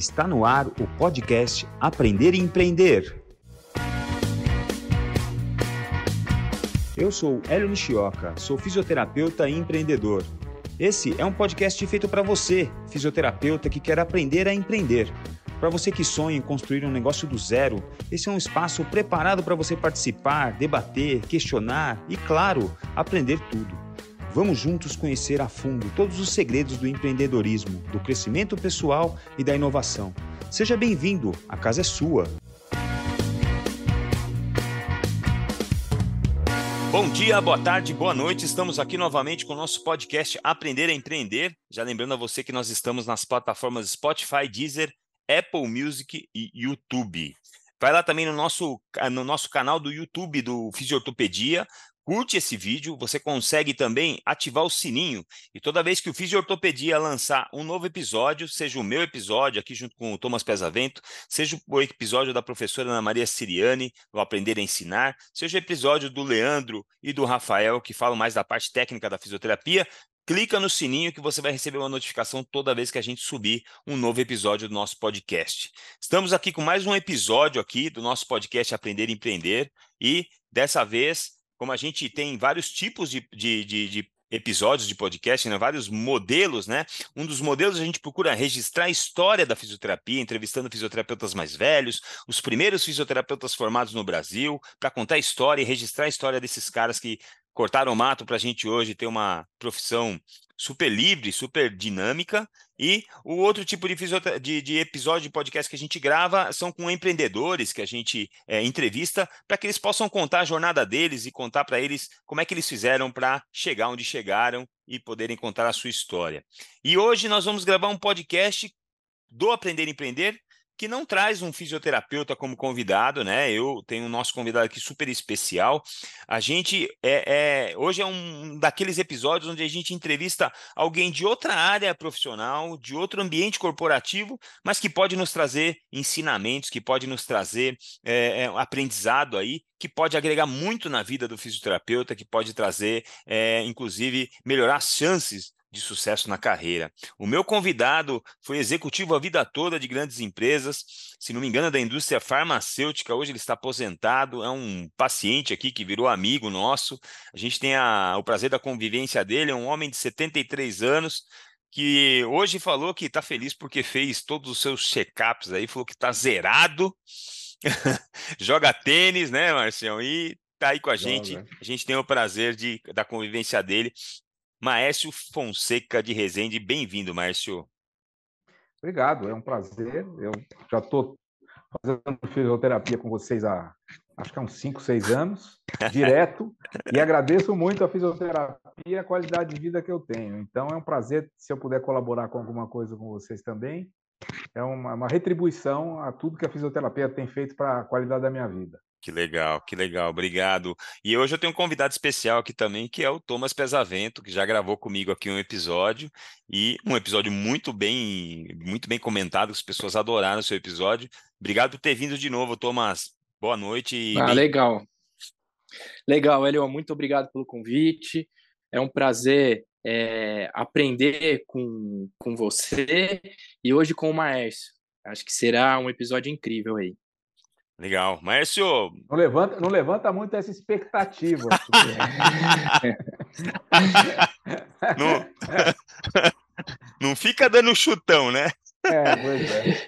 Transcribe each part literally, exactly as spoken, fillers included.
Está no ar o podcast Aprender e Empreender. Eu sou Hélio Nishioka, sou fisioterapeuta e empreendedor. Esse é um podcast feito para você, fisioterapeuta que quer aprender a empreender. Para você que sonha em construir um negócio do zero, esse é um espaço preparado para você participar, debater, questionar e, claro, aprender tudo. Vamos juntos conhecer a fundo todos os segredos do empreendedorismo, do crescimento pessoal e da inovação. Seja bem-vindo, a casa é sua. Bom dia, boa tarde, boa noite. Estamos aqui novamente com o nosso podcast Aprender a Empreender. Já lembrando a você que nós estamos nas plataformas Spotify, Deezer, Apple Music e YouTube. Vai lá também no nosso, no nosso canal do YouTube do Fisiortopedia. Curte esse vídeo, você consegue também ativar o sininho e toda vez que o Fisiortopedia lançar um novo episódio, seja o meu episódio aqui junto com o Thomas Pesavento, seja o episódio da professora Ana Maria Siriani, do Aprender a Ensinar, seja o episódio do Leandro e do Rafael, que falam mais da parte técnica da fisioterapia, clica no sininho que você vai receber uma notificação toda vez que a gente subir um novo episódio do nosso podcast. Estamos aqui com mais um episódio aqui do nosso podcast Aprender e Empreender e dessa vez, como a gente tem vários tipos de, de, de, de episódios de podcast, né? Vários modelos, né? Um dos modelos a gente procura registrar a história da fisioterapia, entrevistando fisioterapeutas mais velhos, os primeiros fisioterapeutas formados no Brasil, para contar a história e registrar a história desses caras que cortaram o mato para a gente hoje ter uma profissão super livre, super dinâmica. E o outro tipo de, de, de episódio de podcast que a gente grava são com empreendedores que a gente é, entrevista para que eles possam contar a jornada deles e contar para eles como é que eles fizeram para chegar onde chegaram e poderem contar a sua história. E hoje nós vamos gravar um podcast do Aprender a Empreender, que não traz um fisioterapeuta como convidado, né? Eu tenho o nosso convidado aqui super especial. A gente, é, é, hoje é um daqueles episódios onde a gente entrevista alguém de outra área profissional, de outro ambiente corporativo, mas que pode nos trazer ensinamentos, que pode nos trazer é, é, aprendizado aí, que pode agregar muito na vida do fisioterapeuta, que pode trazer, é, inclusive, melhorar as chances de sucesso na carreira. O meu convidado foi executivo a vida toda de grandes empresas, se não me engano, da indústria farmacêutica. Hoje ele está aposentado, é um paciente aqui que virou amigo nosso. A gente tem a, o prazer da convivência dele, é um homem de setenta e três anos, que hoje falou que está feliz porque fez todos os seus check-ups aí, falou que está zerado, joga tênis, né, Marcião? E está aí com a gente. Joga. A gente tem o prazer de, da convivência dele. Márcio Fonseca de Resende, bem-vindo, Márcio. Obrigado, é um prazer. Eu já estou fazendo fisioterapia com vocês há, acho que há uns cinco, seis anos, direto, e agradeço muito a fisioterapia e a qualidade de vida que eu tenho. Então, é um prazer, se eu puder colaborar com alguma coisa com vocês também, é uma, uma retribuição a tudo que a fisioterapia tem feito para a qualidade da minha vida. Que legal, que legal, obrigado. E hoje eu tenho um convidado especial aqui também, que é o Thomas Pesavento, que já gravou comigo aqui um episódio, e um episódio muito bem, muito bem comentado, as pessoas adoraram o seu episódio. Obrigado por ter vindo de novo, Thomas. Boa noite e Ah, bem... legal. Legal, Elio, muito obrigado pelo convite. É um prazer é, aprender com, com você e hoje com o Márcio. Acho que será um episódio incrível aí. Legal. Márcio... Não levanta, não levanta muito essa expectativa. não... não fica dando chutão, né? É, pois é.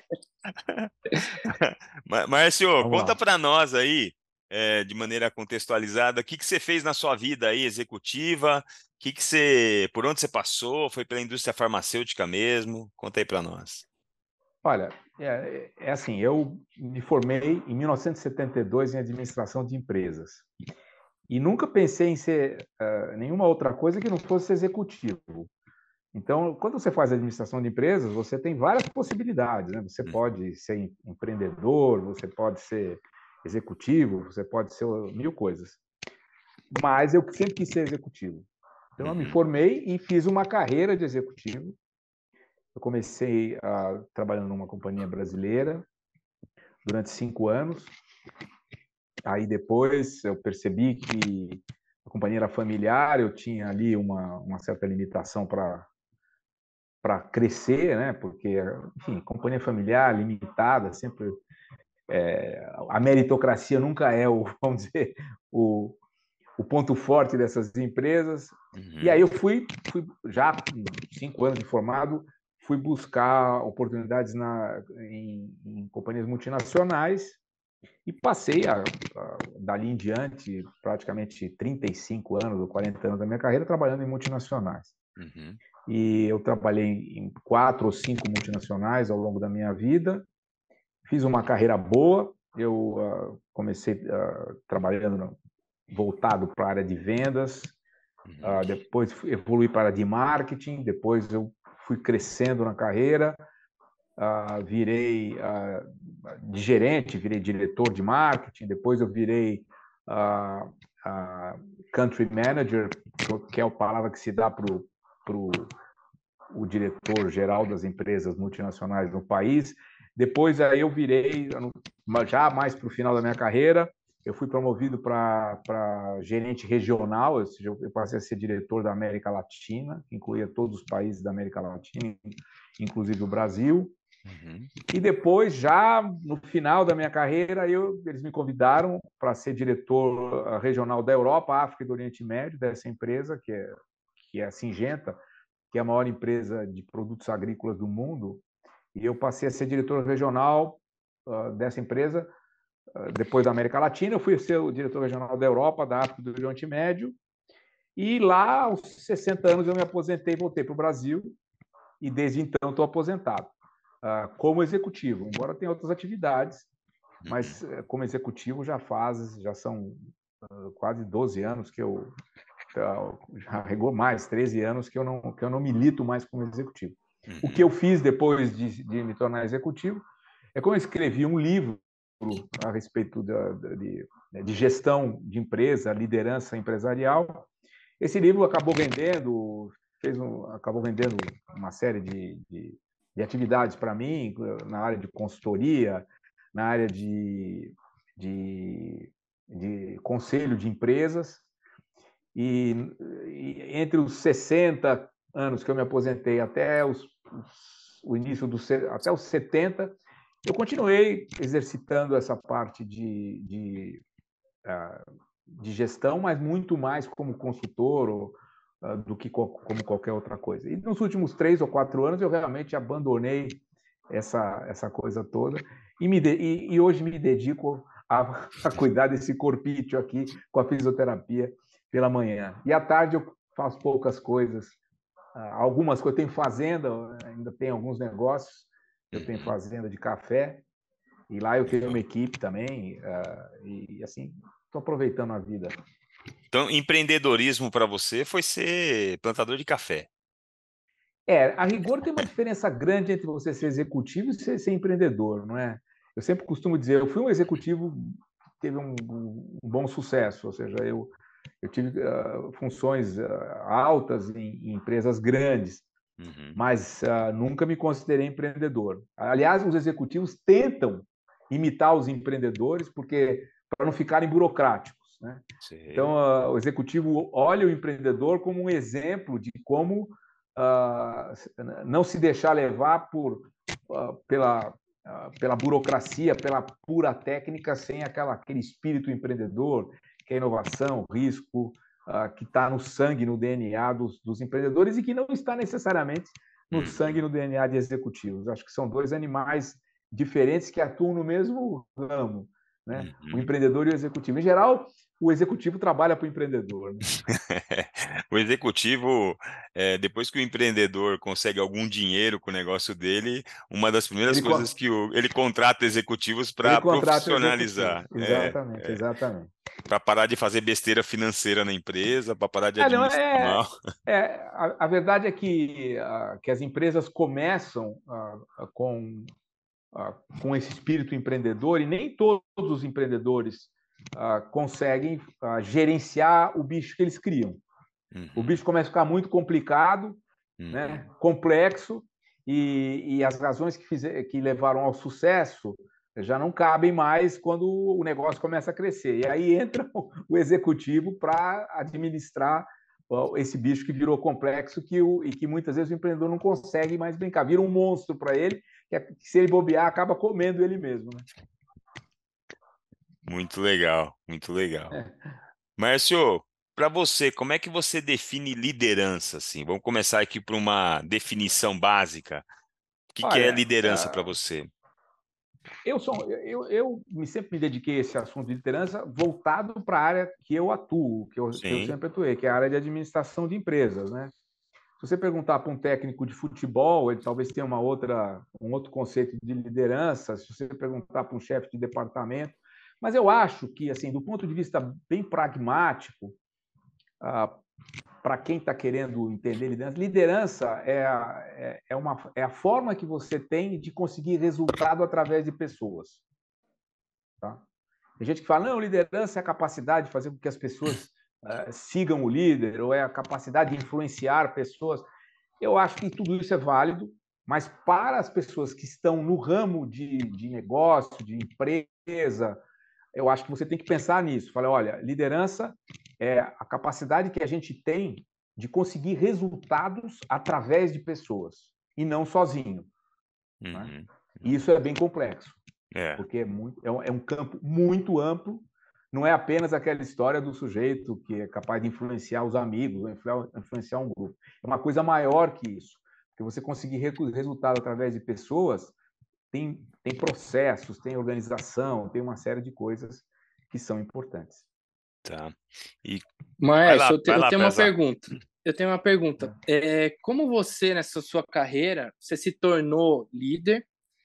Márcio, Vamos conta lá. para nós aí, é, de maneira contextualizada, o que, que você fez na sua vida aí, executiva, que que você, por onde você passou, foi pela indústria farmacêutica mesmo? Conta aí para nós. Olha, é, é assim, eu me formei em mil novecentos e setenta e dois em administração de empresas e nunca pensei em ser uh, nenhuma outra coisa que não fosse executivo. Então, quando você faz administração de empresas, você tem várias possibilidades, né? Você pode ser empreendedor, você pode ser executivo, você pode ser mil coisas. Mas eu sempre quis ser executivo. Então, eu me formei e fiz uma carreira de executivo. Eu comecei uh, trabalhando numa companhia brasileira durante cinco anos. Aí depois eu percebi que a companhia era familiar, eu tinha ali uma, uma certa limitação para para crescer, né? Porque, enfim, companhia familiar, limitada, sempre... É, a meritocracia nunca é o, vamos dizer, o, o ponto forte dessas empresas. Uhum. E aí eu fui, fui, já com cinco anos de formado, fui buscar oportunidades na, em, em companhias multinacionais e passei, a, a, dali em diante, praticamente trinta e cinco anos ou quarenta anos da minha carreira trabalhando em multinacionais. Uhum. E eu trabalhei em quatro ou cinco multinacionais ao longo da minha vida, fiz uma carreira boa, eu uh, comecei uh, trabalhando no, voltado para a área de vendas, uhum. uh, depois evolui para a área de marketing, depois eu fui crescendo na carreira, uh, virei uh, de gerente, virei diretor de marketing, depois eu virei uh, uh, country manager, que é a palavra que se dá para o diretor-geral das empresas multinacionais no país. Depois aí eu virei, já mais para o final da minha carreira, eu fui promovido para gerente regional, ou seja, eu passei a ser diretor da América Latina, que incluía todos os países da América Latina, inclusive o Brasil. Uhum. E depois, já no final da minha carreira, eu, eles me convidaram para ser diretor regional da Europa, África e do Oriente Médio, dessa empresa, que é, que é a Syngenta, que é a maior empresa de produtos agrícolas do mundo. E eu passei a ser diretor regional uh, dessa empresa. Uh, depois da América Latina, eu fui ser o diretor regional da Europa, da África e do Oriente Médio. E lá, aos sessenta anos, eu me aposentei e voltei para o Brasil. E desde então estou aposentado uh, como executivo, embora tenha outras atividades, mas uh, como executivo já faz, já são uh, quase doze anos que eu, uh, já regou mais, treze anos que eu não, que eu não milito mais como executivo. O que eu fiz depois de, de me tornar executivo é como eu escrevi um livro a respeito da, de, de gestão de empresa, liderança empresarial. Esse livro acabou vendendo, fez um, acabou vendendo uma série de, de, de atividades para mim, na área de consultoria, na área de, de, de conselho de empresas. E, e entre os sessenta anos que eu me aposentei até os, os, o início dos até os setenta, eu continuei exercitando essa parte de, de, de gestão, mas muito mais como consultor ou, do que como qualquer outra coisa. E nos últimos três ou quatro anos eu realmente abandonei essa, essa coisa toda e, me de, e, e hoje me dedico a, a cuidar desse corpício aqui com a fisioterapia pela manhã. E à tarde eu faço poucas coisas. Algumas coisas, eu tenho fazenda, ainda tenho alguns negócios, eu tenho fazenda de café, e lá eu tenho uma equipe também, e assim, estou aproveitando a vida. Então, empreendedorismo para você foi ser plantador de café. É, a rigor tem uma diferença grande entre você ser executivo e ser, ser empreendedor, não é? Eu sempre costumo dizer, eu fui um executivo que teve um, um bom sucesso, ou seja, eu Eu tive uh, funções uh, altas em, em empresas grandes, uhum. mas uh, nunca me considerei empreendedor. Aliás, os executivos tentam imitar os empreendedores porque para não ficarem burocráticos, né? Então, uh, o executivo olha o empreendedor como um exemplo de como não se deixar levar por, pela, pela burocracia, pela pura técnica, sem aquela, aquele espírito empreendedor, que é inovação, risco, uh, que está no sangue, no D N A dos, dos empreendedores e que não está necessariamente no sangue, no D N A de executivos. Acho que são dois animais diferentes que atuam no mesmo ramo, né? Uhum. O empreendedor e o executivo. Em geral, o executivo trabalha para o empreendedor, né? O executivo, é, depois que o empreendedor consegue algum dinheiro com o negócio dele, uma das primeiras ele coisas con... que o, ele contrata executivos para profissionalizar. Exatamente, é, é, exatamente. Para parar de fazer besteira financeira na empresa, para parar de administrar é, não, é, mal. É, a, a verdade é que, uh, que as empresas começam uh, uh, com, uh, com esse espírito empreendedor e nem todos os empreendedores uh, conseguem uh, gerenciar o bicho que eles criam. Uhum. O bicho começa a ficar muito complicado, uhum. né, complexo, e, e as razões que, fizer, que levaram ao sucesso já não cabem mais quando o negócio começa a crescer. E aí entra o executivo para administrar esse bicho que virou complexo que o, e que muitas vezes o empreendedor não consegue mais brincar, vira um monstro para ele, que, é, que se ele bobear, acaba comendo ele mesmo. Né? Muito legal, muito legal. É. Márcio, para você, como é que você define liderança, assim? Vamos começar aqui por uma definição básica. O que, que é Olha, liderança para uh, você? eu, sou, eu, eu me sempre me dediquei a esse assunto de liderança voltado para a área que eu atuo, que eu, que eu sempre atuei, que é a área de administração de empresas, né? Se você perguntar para um técnico de futebol, ele talvez tenha uma outra, um outro conceito de liderança. Se você perguntar para um chefe de departamento, mas eu acho que, assim, do ponto de vista bem pragmático, ah, para quem está querendo entender liderança, liderança é a, é, é, uma, é a forma que você tem de conseguir resultado através de pessoas. Tá? Tem gente que fala, não, liderança é a capacidade de fazer com que as pessoas uh, sigam o líder, ou é a capacidade de influenciar pessoas. Eu acho que tudo isso é válido, mas para as pessoas que estão no ramo de, de negócio, de empresa, eu acho que você tem que pensar nisso. Fala, olha, liderança é a capacidade que a gente tem de conseguir resultados através de pessoas, e não sozinho. Uhum. Né? E isso é bem complexo. É. Porque é, muito, é, um, é um campo muito amplo, não é apenas aquela história do sujeito que é capaz de influenciar os amigos, ou influenciar um grupo. É uma coisa maior que isso. Porque você conseguir resultado através de pessoas, tem, tem processos, tem organização, tem uma série de coisas que são importantes. Tá. E... Mas lá, eu, te, eu tenho uma pergunta. Eu tenho uma pergunta. É, como você, nessa sua carreira, você se tornou líder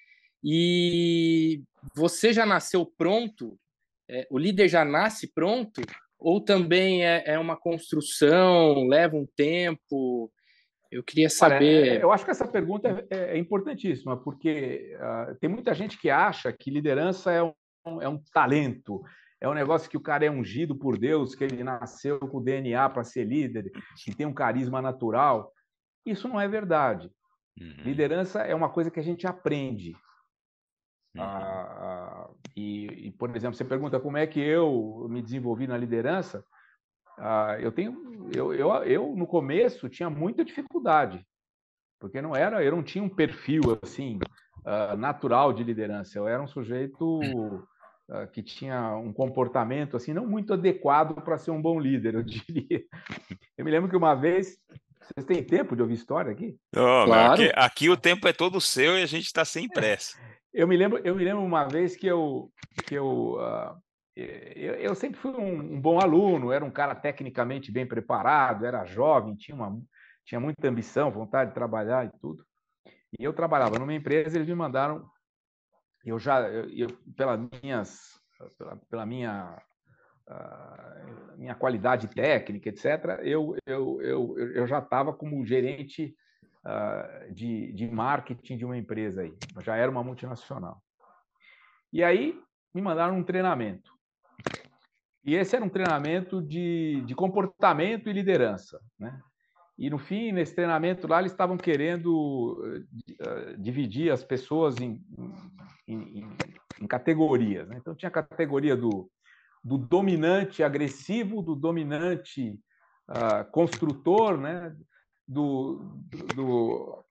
e você já nasceu pronto? É, o líder já nasce pronto? Ou também é, é uma construção, leva um tempo? Eu queria saber... Olha, eu acho que essa pergunta é, é importantíssima, porque uh, tem muita gente que acha que liderança é um, é um talento, é um negócio que o cara é ungido por Deus, que ele nasceu com o D N A para ser líder, que tem um carisma natural. Isso não é verdade. Uhum. Liderança é uma coisa que a gente aprende. Uhum. Ah, e, e, por exemplo, você pergunta como é que eu me desenvolvi na liderança. Ah, eu tenho, eu, eu, eu no começo tinha muita dificuldade, porque não era, eu não tinha um perfil assim uh, natural de liderança. Eu era um sujeito uh, que tinha um comportamento assim não muito adequado para ser um bom líder, eu diria. Eu me lembro que uma vez, vocês têm tempo de ouvir história aqui? Oh, claro. Aqui, aqui o tempo é todo seu e a gente está sem pressa. Eu me lembro, eu me lembro uma vez que eu que eu uh, Eu, eu sempre fui um, um bom aluno, era um cara tecnicamente bem preparado, era jovem, tinha, uma, tinha muita ambição, vontade de trabalhar e tudo. E eu trabalhava numa empresa, eles me mandaram, eu já, eu, eu, pela, minhas, pela, pela minha, uh, minha qualidade técnica, etcétera, eu, eu, eu, eu já estava como gerente uh, de, de marketing de uma empresa aí, já era uma multinacional. E aí me mandaram um treinamento. E esse era um treinamento de, de comportamento e liderança, né? E, no fim, nesse treinamento lá, eles estavam querendo uh, dividir as pessoas em, em, em, em categorias, né? Então, tinha a categoria do, do dominante agressivo, do dominante uh, construtor, né? Do, do,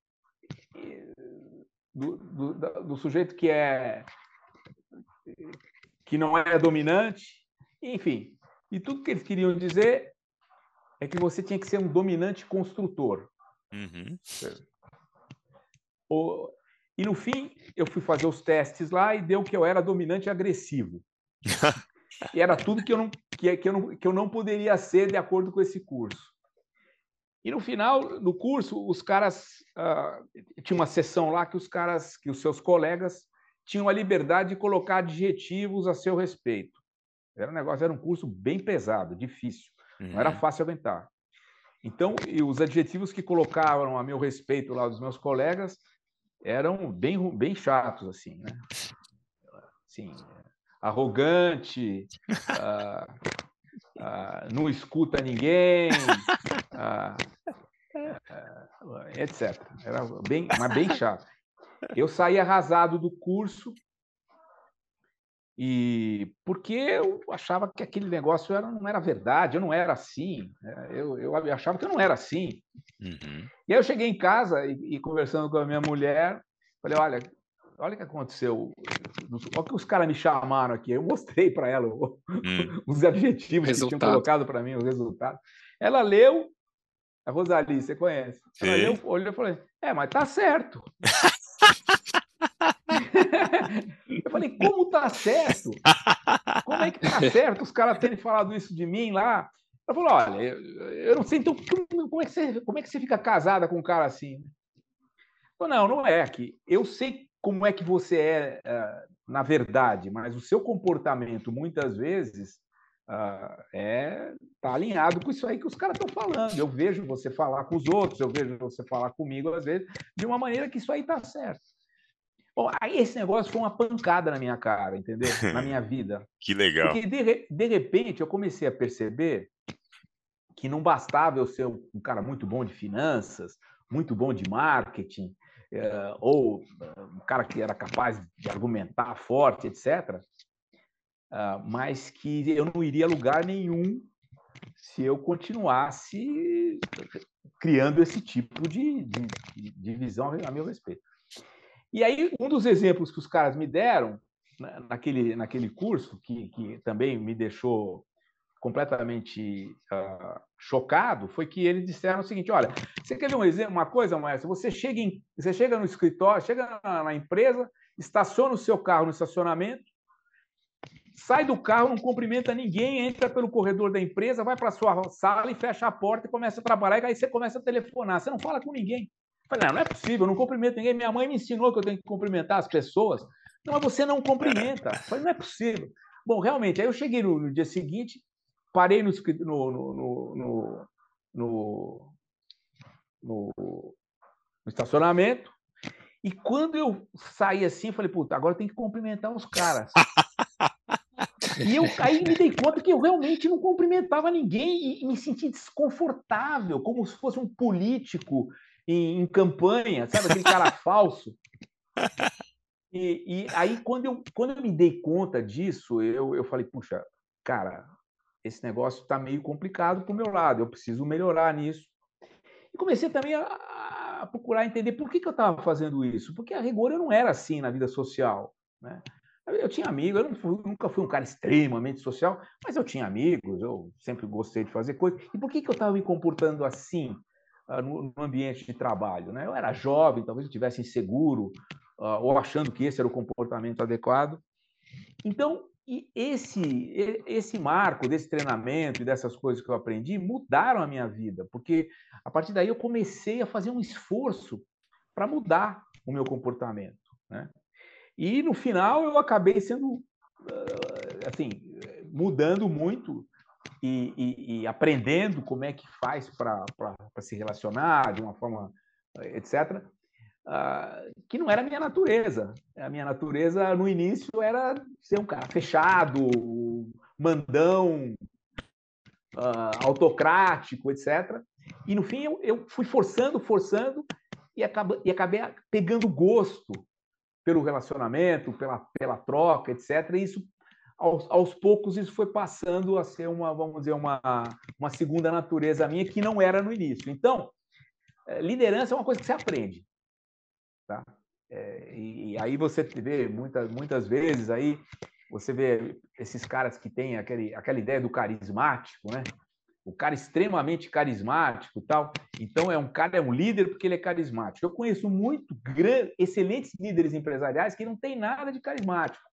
do, do, do, do sujeito que, é, que não é dominante, enfim, e tudo que eles queriam dizer é que você tinha que ser um dominante construtor. Uhum. O, e, no fim, eu fui fazer os testes lá e deu que eu era dominante agressivo. E era tudo que eu, não, que, que, eu não, que eu não poderia ser de acordo com esse curso. E, no final, no curso, os caras... Uh, tinha uma sessão lá que os caras, que os seus colegas tinham a liberdade de colocar adjetivos a seu respeito. Era um negócio, era um curso bem pesado, difícil. Uhum. Não era fácil aguentar. Então, e os adjetivos que colocavam a meu respeito lá dos meus colegas eram bem, bem chatos, assim, né? Assim, arrogante, uh, uh, não escuta ninguém, uh, uh, etcétera. Era bem, mas bem chato. Eu saí arrasado do curso E porque eu achava que aquele negócio era, não era verdade, eu não era assim, eu, eu achava que eu não era assim. Uhum. E aí eu cheguei em casa e, e conversando com a minha mulher, falei, olha, olha o que aconteceu, olha o que os caras me chamaram aqui. Eu mostrei para ela Hum. os adjetivos Resultado. que tinham colocado para mim, os resultados. Ela leu, a Rosalie, você conhece? Ela Sim. leu, olhou e falou, é, mas tá certo. Eu falei, como tá certo? Como é que tá certo os caras terem falado isso de mim lá? Ela falou, olha, eu, eu não sei, então como é, que você, como é que você fica casada com um cara assim? Eu falei, não, não é que eu sei como é que você é uh, na verdade, mas o seu comportamento muitas vezes uh, é tá alinhado com isso aí que os caras estão falando. Eu vejo você falar com os outros, eu vejo você falar comigo às vezes de uma maneira que isso aí tá certo. Bom, aí esse negócio foi uma pancada na minha cara, entendeu? Na minha vida. Que legal. Porque, de, de repente, eu comecei a perceber que não bastava eu ser um cara muito bom de finanças, muito bom de marketing, eh, ou um cara que era capaz de argumentar forte, etcétera, uh, mas que eu não iria a lugar nenhum se eu continuasse criando esse tipo de, de, de visão a meu respeito. E aí, um dos exemplos que os caras me deram naquele, naquele curso, que, que também me deixou completamente uh, chocado, foi que eles disseram o seguinte, olha, você quer ver um exemplo, uma coisa, Maestro? Você chega, em, você chega no escritório, chega na, na empresa, estaciona o seu carro no estacionamento, sai do carro, não cumprimenta ninguém, entra pelo corredor da empresa, vai para a sua sala e fecha a porta e começa a trabalhar, e aí você começa a telefonar, você não fala com ninguém. Eu falei, não, não é possível, eu não cumprimento ninguém. Minha mãe me ensinou que eu tenho que cumprimentar as pessoas. Não, mas você não cumprimenta. Eu falei, não é possível. Bom, realmente, aí eu cheguei no, no dia seguinte, parei no, no, no, no, no, no, no estacionamento, e quando eu saí assim, eu falei, puta, agora eu tenho que cumprimentar os caras. E eu aí me dei conta que eu realmente não cumprimentava ninguém e me senti desconfortável, como se fosse um político em, em campanha, sabe? Aquele cara falso. E, e aí, quando eu, quando eu me dei conta disso, eu, eu falei, puxa, cara, esse negócio está meio complicado para o meu lado, eu preciso melhorar nisso. E comecei também a, a procurar entender por que, que eu estava fazendo isso, porque a rigor eu não era assim na vida social, né? Eu tinha amigos, eu não fui, nunca fui um cara extremamente social, mas eu tinha amigos, eu sempre gostei de fazer coisas. E por que, que eu estava me comportando assim uh, no, no ambiente de trabalho, né? Eu era jovem, talvez eu estivesse inseguro, uh, ou achando que esse era o comportamento adequado. Então, e esse, esse marco desse treinamento e dessas coisas que eu aprendi mudaram a minha vida, porque a partir daí eu comecei a fazer um esforço para mudar o meu comportamento, né? E no final eu acabei sendo, assim, mudando muito e, e, e aprendendo como é que faz para se relacionar de uma forma, etcétera, uh, que não era a minha natureza. A minha natureza, no início, era ser um cara fechado, mandão, uh, autocrático, etcétera. E, no fim, eu, eu fui forçando, forçando e, acaba, e acabei pegando gosto pelo relacionamento, pela, pela troca, etcétera. E isso, aos, aos poucos, isso foi passando a ser uma, vamos dizer, uma, uma segunda natureza minha que não era no início. Então, liderança é uma coisa que você aprende. Tá? É, e, e aí você vê muitas, muitas vezes aí você vê esses caras que têm aquele, aquela ideia do carismático, né? O cara extremamente carismático e tal. Então é um cara é um líder porque ele é carismático. Eu conheço muito grandes, excelentes líderes empresariais que não têm nada de carismático.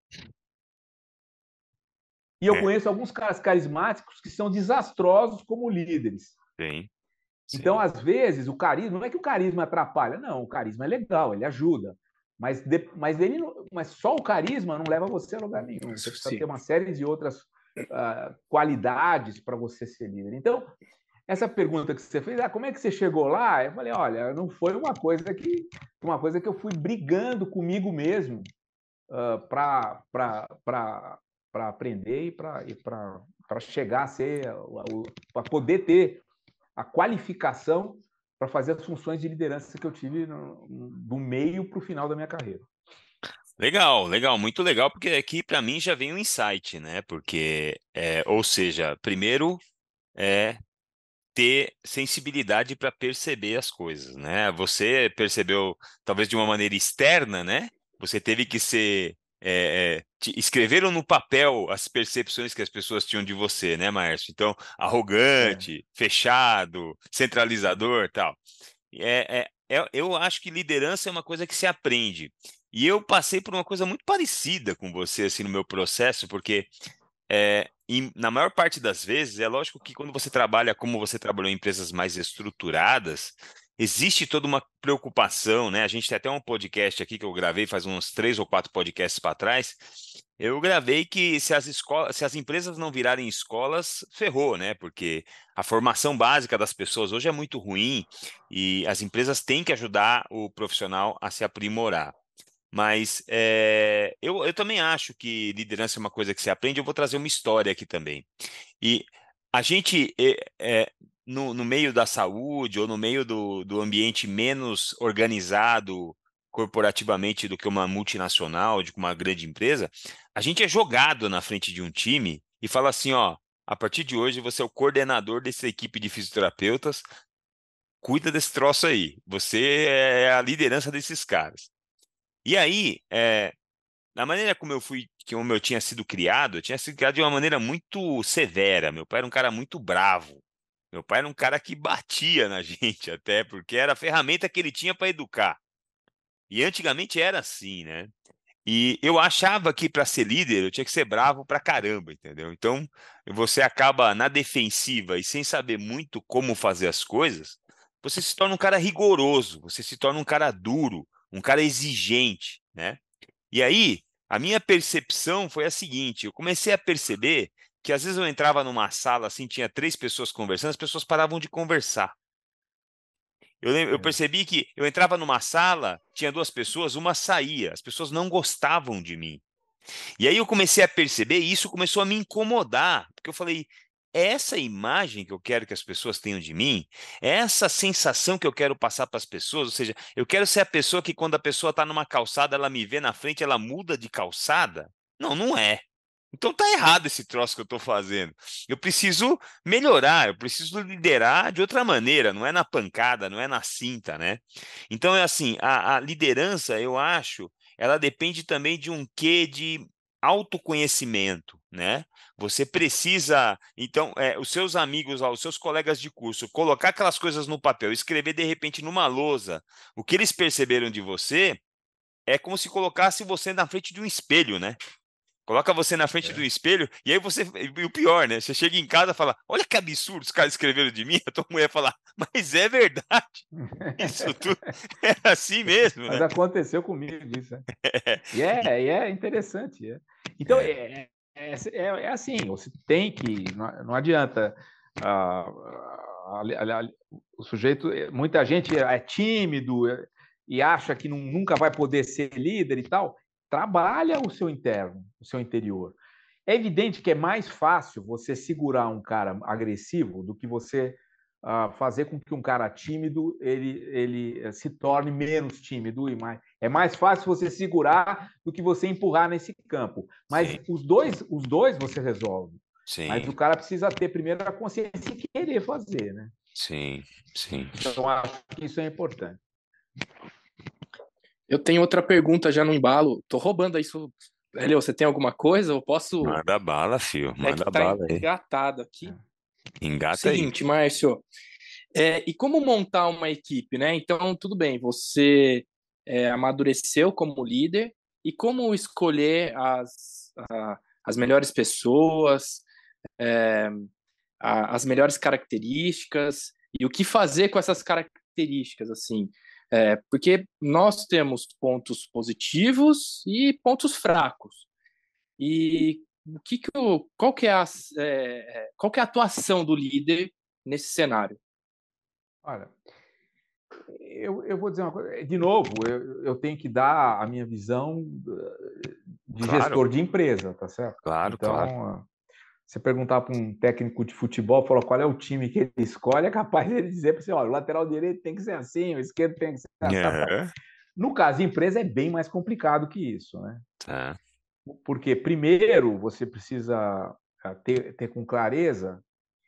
E eu conheço alguns caras carismáticos que são desastrosos como líderes. Sim. Sim. Então, às vezes, o carisma, não é que o carisma atrapalha, não, o carisma é legal, ele ajuda, mas, de, mas, ele não, mas só o carisma não leva você a lugar nenhum, você precisa Sim. ter uma série de outras uh, qualidades para você ser líder. Então, essa pergunta que você fez, ah, como é que você chegou lá? Eu falei, olha, não foi uma coisa que, uma coisa que eu fui brigando comigo mesmo uh, para aprender e para chegar a ser, para poder ter a qualificação para fazer as funções de liderança que eu tive no, do meio para o final da minha carreira. Legal, legal, muito legal, porque aqui para mim já vem um insight, né? Porque, é, ou seja, primeiro é ter sensibilidade para perceber as coisas, né? Você percebeu, talvez de uma maneira externa, né? Você teve que ser. É, é, te- escreveram no papel as percepções que as pessoas tinham de você, né, Márcio? Então, É, arrogante, fechado, centralizador, tal. É, é, é- eu acho que liderança é uma coisa que se aprende. E eu passei por uma coisa muito parecida com você, assim, no meu processo, porque é, em- na maior parte das vezes, é lógico que quando você trabalha como você trabalhou em empresas mais estruturadas, existe toda uma preocupação, né? A gente tem até um podcast aqui que eu gravei faz uns três ou quatro podcasts para trás. Eu gravei que se as escolas, se as empresas não virarem escolas, ferrou, né? Porque a formação básica das pessoas hoje é muito ruim e as empresas têm que ajudar o profissional a se aprimorar. Mas é, eu, eu também acho que liderança é uma coisa que se aprende. Eu vou trazer uma história aqui também. E a gente, é, é, no, no meio da saúde ou no meio do, do ambiente menos organizado corporativamente do que uma multinacional, de uma grande empresa, a gente é jogado na frente de um time e fala assim, ó, a partir de hoje você é o coordenador dessa equipe de fisioterapeutas, cuida desse troço aí. Você é a liderança desses caras. E aí, é, da maneira como eu fui, como eu tinha sido criado, eu tinha sido criado de uma maneira muito severa. Meu pai era um cara muito bravo. Meu pai era um cara que batia na gente até, porque era a ferramenta que ele tinha para educar. E antigamente era assim, né? E eu achava que para ser líder eu tinha que ser bravo pra caramba, entendeu? Então, você acaba na defensiva e sem saber muito como fazer as coisas, você se torna um cara rigoroso, você se torna um cara duro, um cara exigente, né? E aí, a minha percepção foi a seguinte: eu comecei a perceber que às vezes eu entrava numa sala assim, tinha três pessoas conversando, as pessoas paravam de conversar. Eu, lem- eu é, percebi que eu entrava numa sala, tinha duas pessoas, uma saía, as pessoas não gostavam de mim. E aí eu comecei a perceber, e isso começou a me incomodar, porque eu falei, é essa imagem que eu quero que as pessoas tenham de mim, é essa sensação que eu quero passar para as pessoas, ou seja, eu quero ser a pessoa que quando a pessoa está numa calçada, ela me vê na frente, ela muda de calçada? Não, não é. Então tá errado esse troço que eu estou fazendo. Eu preciso melhorar, eu preciso liderar de outra maneira, não é na pancada, não é na cinta, né? Então é assim, a, a liderança, eu acho, ela depende também de um quê de autoconhecimento, né? Você precisa, então, é, os seus amigos, ó, os seus colegas de curso, colocar aquelas coisas no papel, escrever de repente numa lousa o que eles perceberam de você, é como se colocasse você na frente de um espelho, né? Coloca você na frente do é. espelho, e aí você. E o pior, né? Você chega em casa e fala: Olha que absurdo os caras escreveram de mim. A tua mulher fala: Mas é verdade. Isso tudo é assim mesmo, Mas né? aconteceu comigo isso, né? E é, e é interessante. É. Então, É, é, é, é, é assim, você tem que, não, não adianta, ah, ah, ah, ah, o sujeito, muita gente é tímido é, e acha que não- nunca vai poder ser líder e tal, trabalha o seu interno, o seu interior. É evidente que é mais fácil você segurar um cara agressivo do que você ah, fazer com que um cara tímido ele, ele eh, se torne menos tímido e mais. É mais fácil você segurar do que você empurrar nesse campo. Mas sim, os dois, os dois você resolve. Mas sim, o cara precisa ter primeiro a consciência e querer fazer, né? sim, sim. Então acho que isso é importante. Eu tenho outra pergunta já no embalo. Tô roubando isso. Helio, você tem alguma coisa? Eu posso. Manda bala, filho. É que Manda tá bala aí. engatado aqui. Engata aí. Seguinte, Márcio, é, e como montar uma equipe, né? Então, tudo bem, você é, amadureceu como líder, e como escolher as, a- as melhores pessoas, é, a- as melhores características, e o que fazer com essas características, assim. É, porque nós temos pontos positivos e pontos fracos. E o que que o, qual que é a, é, qual que é a atuação do líder nesse cenário? Olha, eu, eu vou dizer uma coisa. De novo, eu, eu tenho que dar a minha visão de Claro, gestor de empresa, tá certo? claro, claro. Então, você perguntar para um técnico de futebol, falar qual é o time que ele escolhe, é capaz de ele dizer para você, olha, o lateral direito tem que ser assim, o esquerdo tem que ser assim, tal. Aham, No caso de empresa, é bem mais complicado que isso, né? Tá. Porque, primeiro, você precisa ter, ter com clareza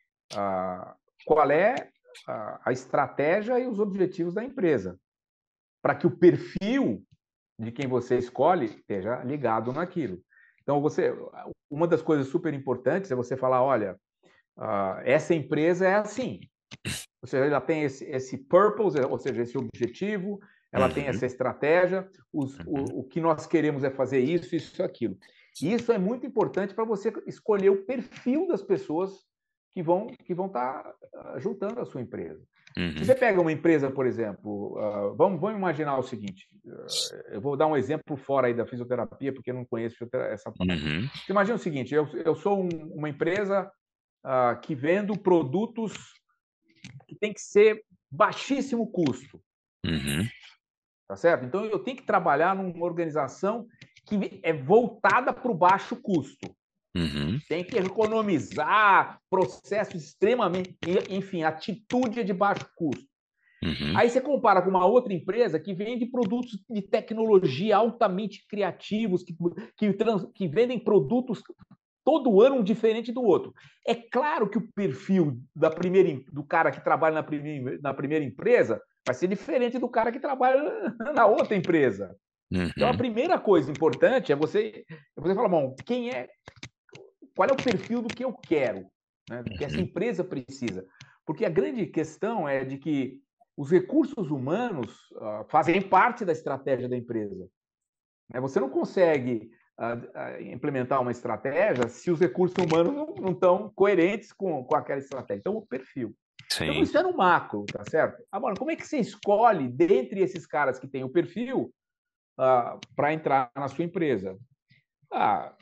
uh, qual é a, a estratégia e os objetivos da empresa, para que o perfil de quem você escolhe esteja ligado naquilo. Então, você, uma das coisas super importantes é você falar, olha, uh, essa empresa é assim. Ou seja, ela tem esse, esse purpose, ou seja, esse objetivo, ela uhum. tem essa estratégia, os, uhum. o, o que nós queremos é fazer isso, isso, aquilo. E isso é muito importante para você escolher o perfil das pessoas que vão que vão estar tá juntando a sua empresa. Uhum. Se você pega uma empresa, por exemplo, uh, vamos, vamos imaginar o seguinte, uh, eu vou dar um exemplo fora aí da fisioterapia, porque eu não conheço essa parte. Uhum. Você imagina o seguinte, eu, eu sou um, uma empresa uh, que vendo produtos que tem que ser baixíssimo custo. Uhum. Tá certo? Então, eu tenho que trabalhar numa organização que é voltada para o baixo custo. Uhum. Tem que economizar processos extremamente... Enfim, atitude de baixo custo. Uhum. Aí você compara com uma outra empresa que vende produtos de tecnologia altamente criativos, que, que, trans, que vendem produtos todo ano um diferente do outro. É claro que o perfil da primeira, do cara que trabalha na primeira, na primeira empresa vai ser diferente do cara que trabalha na outra empresa. Uhum. Então, a primeira coisa importante é você, é você falar, bom, quem é, qual é o perfil do que eu quero, né, do que essa empresa precisa. Porque a grande questão é de que os recursos humanos uh, fazem parte da estratégia da empresa. Você não consegue uh, implementar uma estratégia se os recursos humanos não, não estão coerentes com, com aquela estratégia. Então, o perfil. Sim. Então, isso é no macro, tá certo? Agora, como é que você escolhe, dentre esses caras que têm o perfil, uh, para entrar na sua empresa? Ah,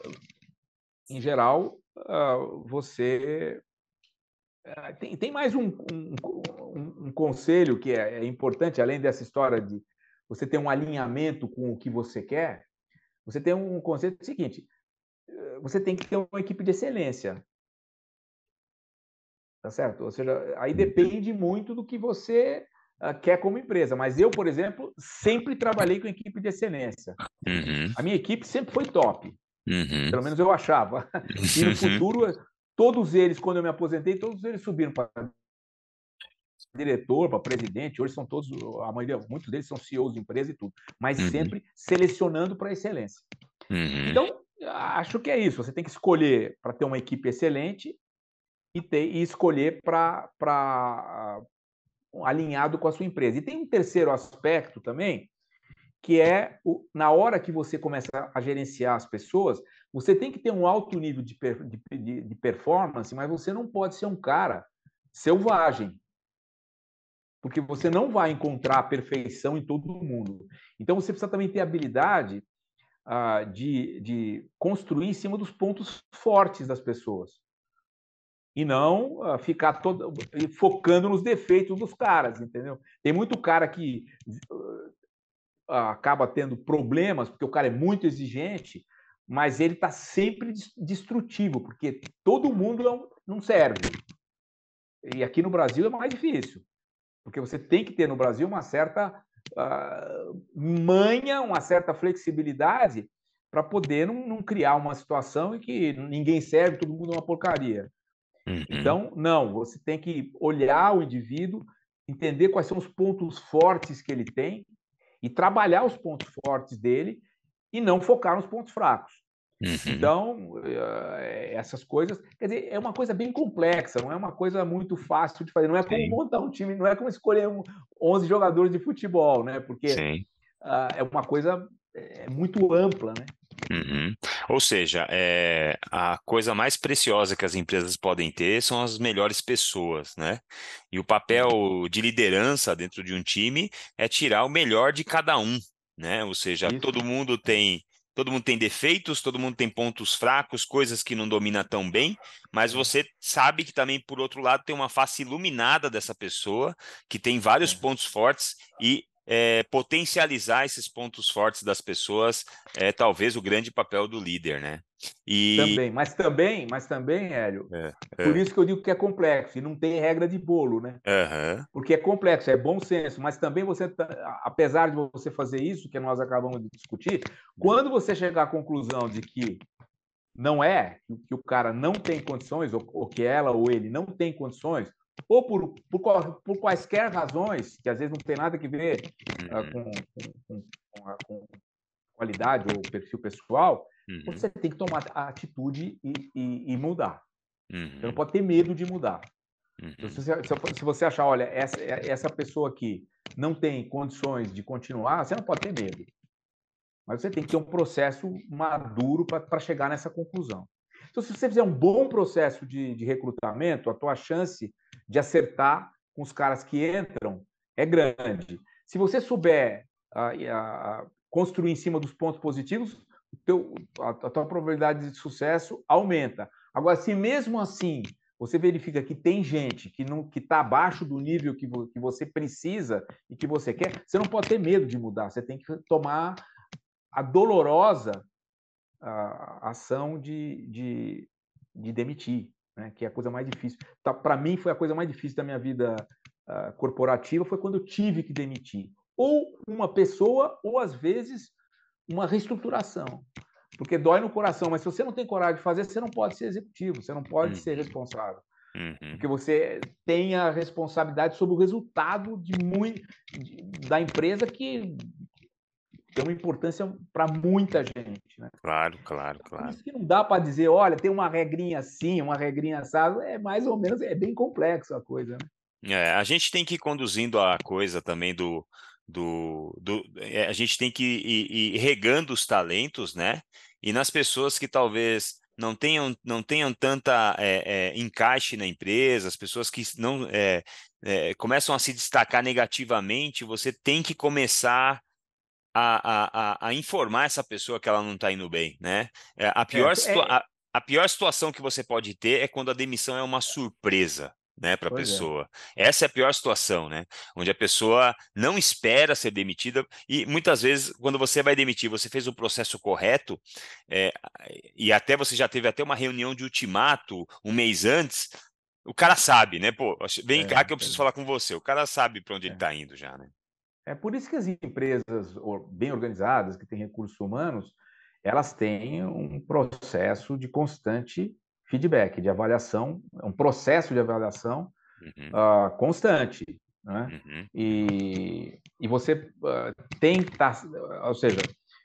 em geral, uh, você... Uh, tem, tem mais um, um, um, um conselho que é, é importante, além dessa história de você ter um alinhamento com o que você quer. Você tem um conceito seguinte, você tem que ter uma equipe de excelência. Tá certo? Ou seja, aí depende muito do que você uh, quer como empresa. Mas eu, por exemplo, sempre trabalhei com equipe de excelência. Uhum. A minha equipe sempre foi top. Uhum. Pelo menos eu achava. E no futuro, todos eles, quando eu me aposentei, todos eles subiram para diretor, para presidente. Hoje são todos, a maioria, muitos deles são C E Os de empresa e tudo. Mas uhum. sempre selecionando para excelência. Uhum. Então, acho que é isso. Você tem que escolher para ter uma equipe excelente e, ter, e escolher para uh, alinhado com a sua empresa. E tem um terceiro aspecto também, que é o, na hora que você começa a gerenciar as pessoas, você tem que ter um alto nível de, per, de, de performance, mas você não pode ser um cara selvagem, porque você não vai encontrar a perfeição em todo mundo. Então, você precisa também ter habilidade Uh, de, de construir em cima dos pontos fortes das pessoas. E não uh, ficar todo, focando nos defeitos dos caras, entendeu? Tem muito cara que uh, acaba tendo problemas, porque o cara é muito exigente, mas ele está sempre destrutivo, porque todo mundo não, não serve. E aqui no Brasil é mais difícil, porque você tem que ter no Brasil uma certa... Uh, manha, uma certa flexibilidade para poder não, não criar uma situação em que ninguém serve, todo mundo é uma porcaria. Uhum. Então, não, você tem que olhar o indivíduo, entender quais são os pontos fortes que ele tem e trabalhar os pontos fortes dele e não focar nos pontos fracos. Uhum. Então, essas coisas... Quer dizer, é uma coisa bem complexa, não é uma coisa muito fácil de fazer. Não é como Sim. montar um time, não é como escolher um, onze jogadores de futebol, né? Porque uh, é uma coisa é, muito ampla, né? Uhum. Ou seja, é, a coisa mais preciosa que as empresas podem ter são as melhores pessoas, né? E o papel de liderança dentro de um time é tirar o melhor de cada um, né? Ou seja, Isso. todo mundo tem... Todo mundo tem defeitos, todo mundo tem pontos fracos, coisas que não domina tão bem, mas você sabe que também, por outro lado, tem uma face iluminada dessa pessoa, que tem vários pontos fortes e é, potencializar esses pontos fortes das pessoas é talvez o grande papel do líder, né? E... Também, mas também, mas também, Hélio, é, por é. isso que eu digo que é complexo e não tem regra de bolo, né? Uhum. Porque é complexo, é bom senso, mas também você, apesar de você fazer isso que nós acabamos de discutir, quando você chegar à conclusão de que não é, que o cara não tem condições, ou, ou que ela ou ele não tem condições, ou por, por, por quaisquer razões, que às vezes não tem nada a ver Uhum. uh, com, com, com, com qualidade ou perfil pessoal, Uhum. você tem que tomar a atitude e, e, e mudar. Uhum. Você não pode ter medo de mudar. Uhum. Então, se, se você achar, olha, essa, essa pessoa aqui não tem condições de continuar, você não pode ter medo. Mas você tem que ter um processo maduro para chegar nessa conclusão. Então, se você fizer um bom processo de, de recrutamento, a tua chance de acertar com os caras que entram é grande. Se você souber a, a, construir em cima dos pontos positivos, o teu, a, a tua probabilidade de sucesso aumenta. Agora, se mesmo assim você verifica que tem gente que não que está abaixo do nível que, vo, que você precisa e que você quer, você não pode ter medo de mudar. Você tem que tomar a dolorosa a ação de, de, de demitir, né? Que é a coisa mais difícil. Tá, para mim, foi a coisa mais difícil da minha vida uh, corporativa, foi quando eu tive que demitir. Ou uma pessoa, ou às vezes uma reestruturação. Porque dói no coração, mas se você não tem coragem de fazer, você não pode ser executivo, você não pode Uhum. ser responsável. Uhum. Porque você tem a responsabilidade sobre o resultado de muito, de, da empresa que tem uma importância para muita gente, né? Claro, claro, Por claro. isso que não dá para dizer, olha, tem uma regrinha assim, uma regrinha assada, é mais ou menos, é bem complexo a coisa, né? É, a gente tem que ir conduzindo a coisa também do, do, do é, a gente tem que ir, ir regando os talentos, né? E nas pessoas que talvez não tenham, não tenham tanta é, é, encaixe na empresa, as pessoas que não é, é, começam a se destacar negativamente, você tem que começar a, a, a, a informar essa pessoa que ela não está indo bem, né? É, a É, pior situa é, a, a pior situação que você pode ter é quando a demissão é uma surpresa, né, para a pois é. pessoa. Essa é a pior situação, né? Onde a pessoa não espera ser demitida e muitas vezes quando você vai demitir, você fez o processo correto é, e até você já teve até uma reunião de ultimato um mês antes. O cara sabe, né? Pô, vem cá É, que eu preciso falar com você. O cara sabe para onde ele é. está indo já, né? É por isso que as empresas bem organizadas, que têm recursos humanos, elas têm um processo de constante feedback, de avaliação, um processo de avaliação Uhum. uh, constante, né? Uhum. E, e você uh, tem que estar, ou seja,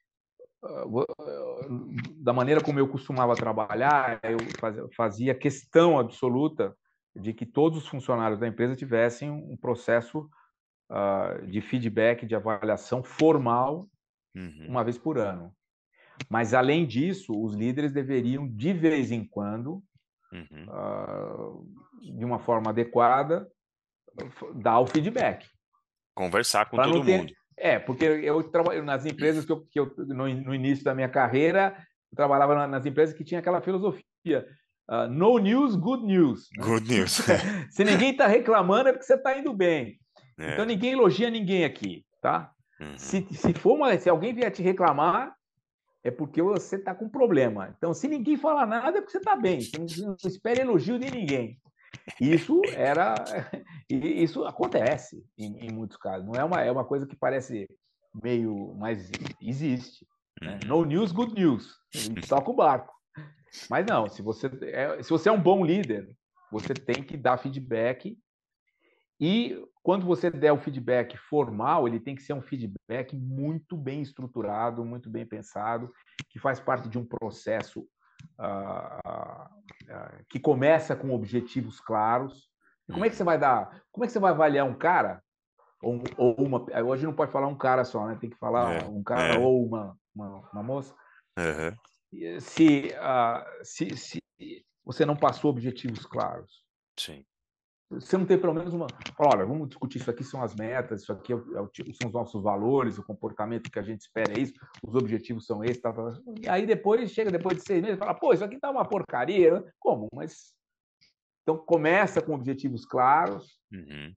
uh, da maneira como eu costumava trabalhar, eu fazia, fazia questão absoluta de que todos os funcionários da empresa tivessem um processo uh, de feedback, de avaliação formal, Uhum. uma vez por ano. Mas, além disso, os líderes deveriam, de vez em quando, Uhum. uh, de uma forma adequada, dar o feedback. Conversar com Para todo não ter... mundo. É, porque eu trabalho nas empresas que eu, que eu no, no início da minha carreira, eu trabalhava nas empresas que tinha aquela filosofia. Uh, no news, good news. Né? Good news. Se ninguém está reclamando, é porque você está indo bem. É. Então, ninguém elogia ninguém aqui, tá? Uhum. Se, se, for uma, se alguém vier te reclamar, é porque você está com problema. Então, se ninguém falar nada, é porque você está bem. Você não, não espera elogio de ninguém. Isso era, isso acontece em, em muitos casos. Não é uma, é uma coisa que parece meio, mas existe. Né? Uhum. No news, good news. A gente toca o barco. Mas não, se você é, se você é um bom líder, você tem que dar feedback. E quando você der o feedback formal, ele tem que ser um feedback muito bem estruturado, muito bem pensado, que faz parte de um processo uh, uh, que começa com objetivos claros. E como é que você vai dar? Como é que você vai avaliar um cara ou, ou uma? Hoje não pode falar um cara só, né? Tem que falar É. um cara É. ou uma, uma, uma moça. Uhum. Se, uh, se, se você não passou objetivos claros. Sim. Você não tem pelo menos uma... Olha, vamos discutir isso aqui, são as metas, isso aqui é o, são os nossos valores, o comportamento que a gente espera é isso, os objetivos são esses, tá, tá. E aí depois, chega depois de seis meses e fala, pô, isso aqui tá uma porcaria. Como? Mas... Então, começa com objetivos claros, uhum.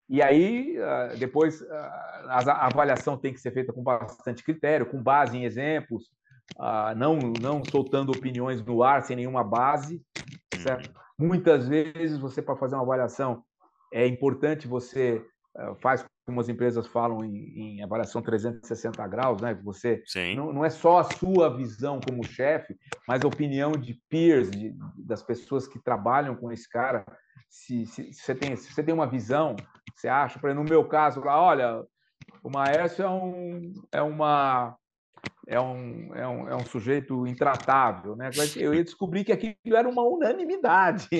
E aí, depois, a avaliação tem que ser feita com bastante critério, com base em exemplos, não, não soltando opiniões no ar sem nenhuma base, certo? Uhum. Muitas vezes, você, para fazer uma avaliação, é importante você faz como as empresas falam em, em avaliação trezentos e sessenta graus, né? Você não, não é só a sua visão como chefe, mas a opinião de peers, de, das pessoas que trabalham com esse cara. Se, se, se, você tem, se você tem uma visão, você acha, por exemplo, no meu caso, lá, olha, o Maércio é um, é uma é um, é um, é um sujeito intratável, né? Eu ia descobrir que aquilo era uma unanimidade.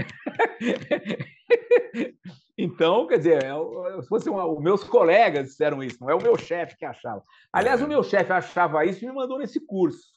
Então, quer dizer, se fosse uma, os meus colegas disseram isso, não é o meu chefe que achava. Aliás, é. o meu chefe achava isso e me mandou nesse curso.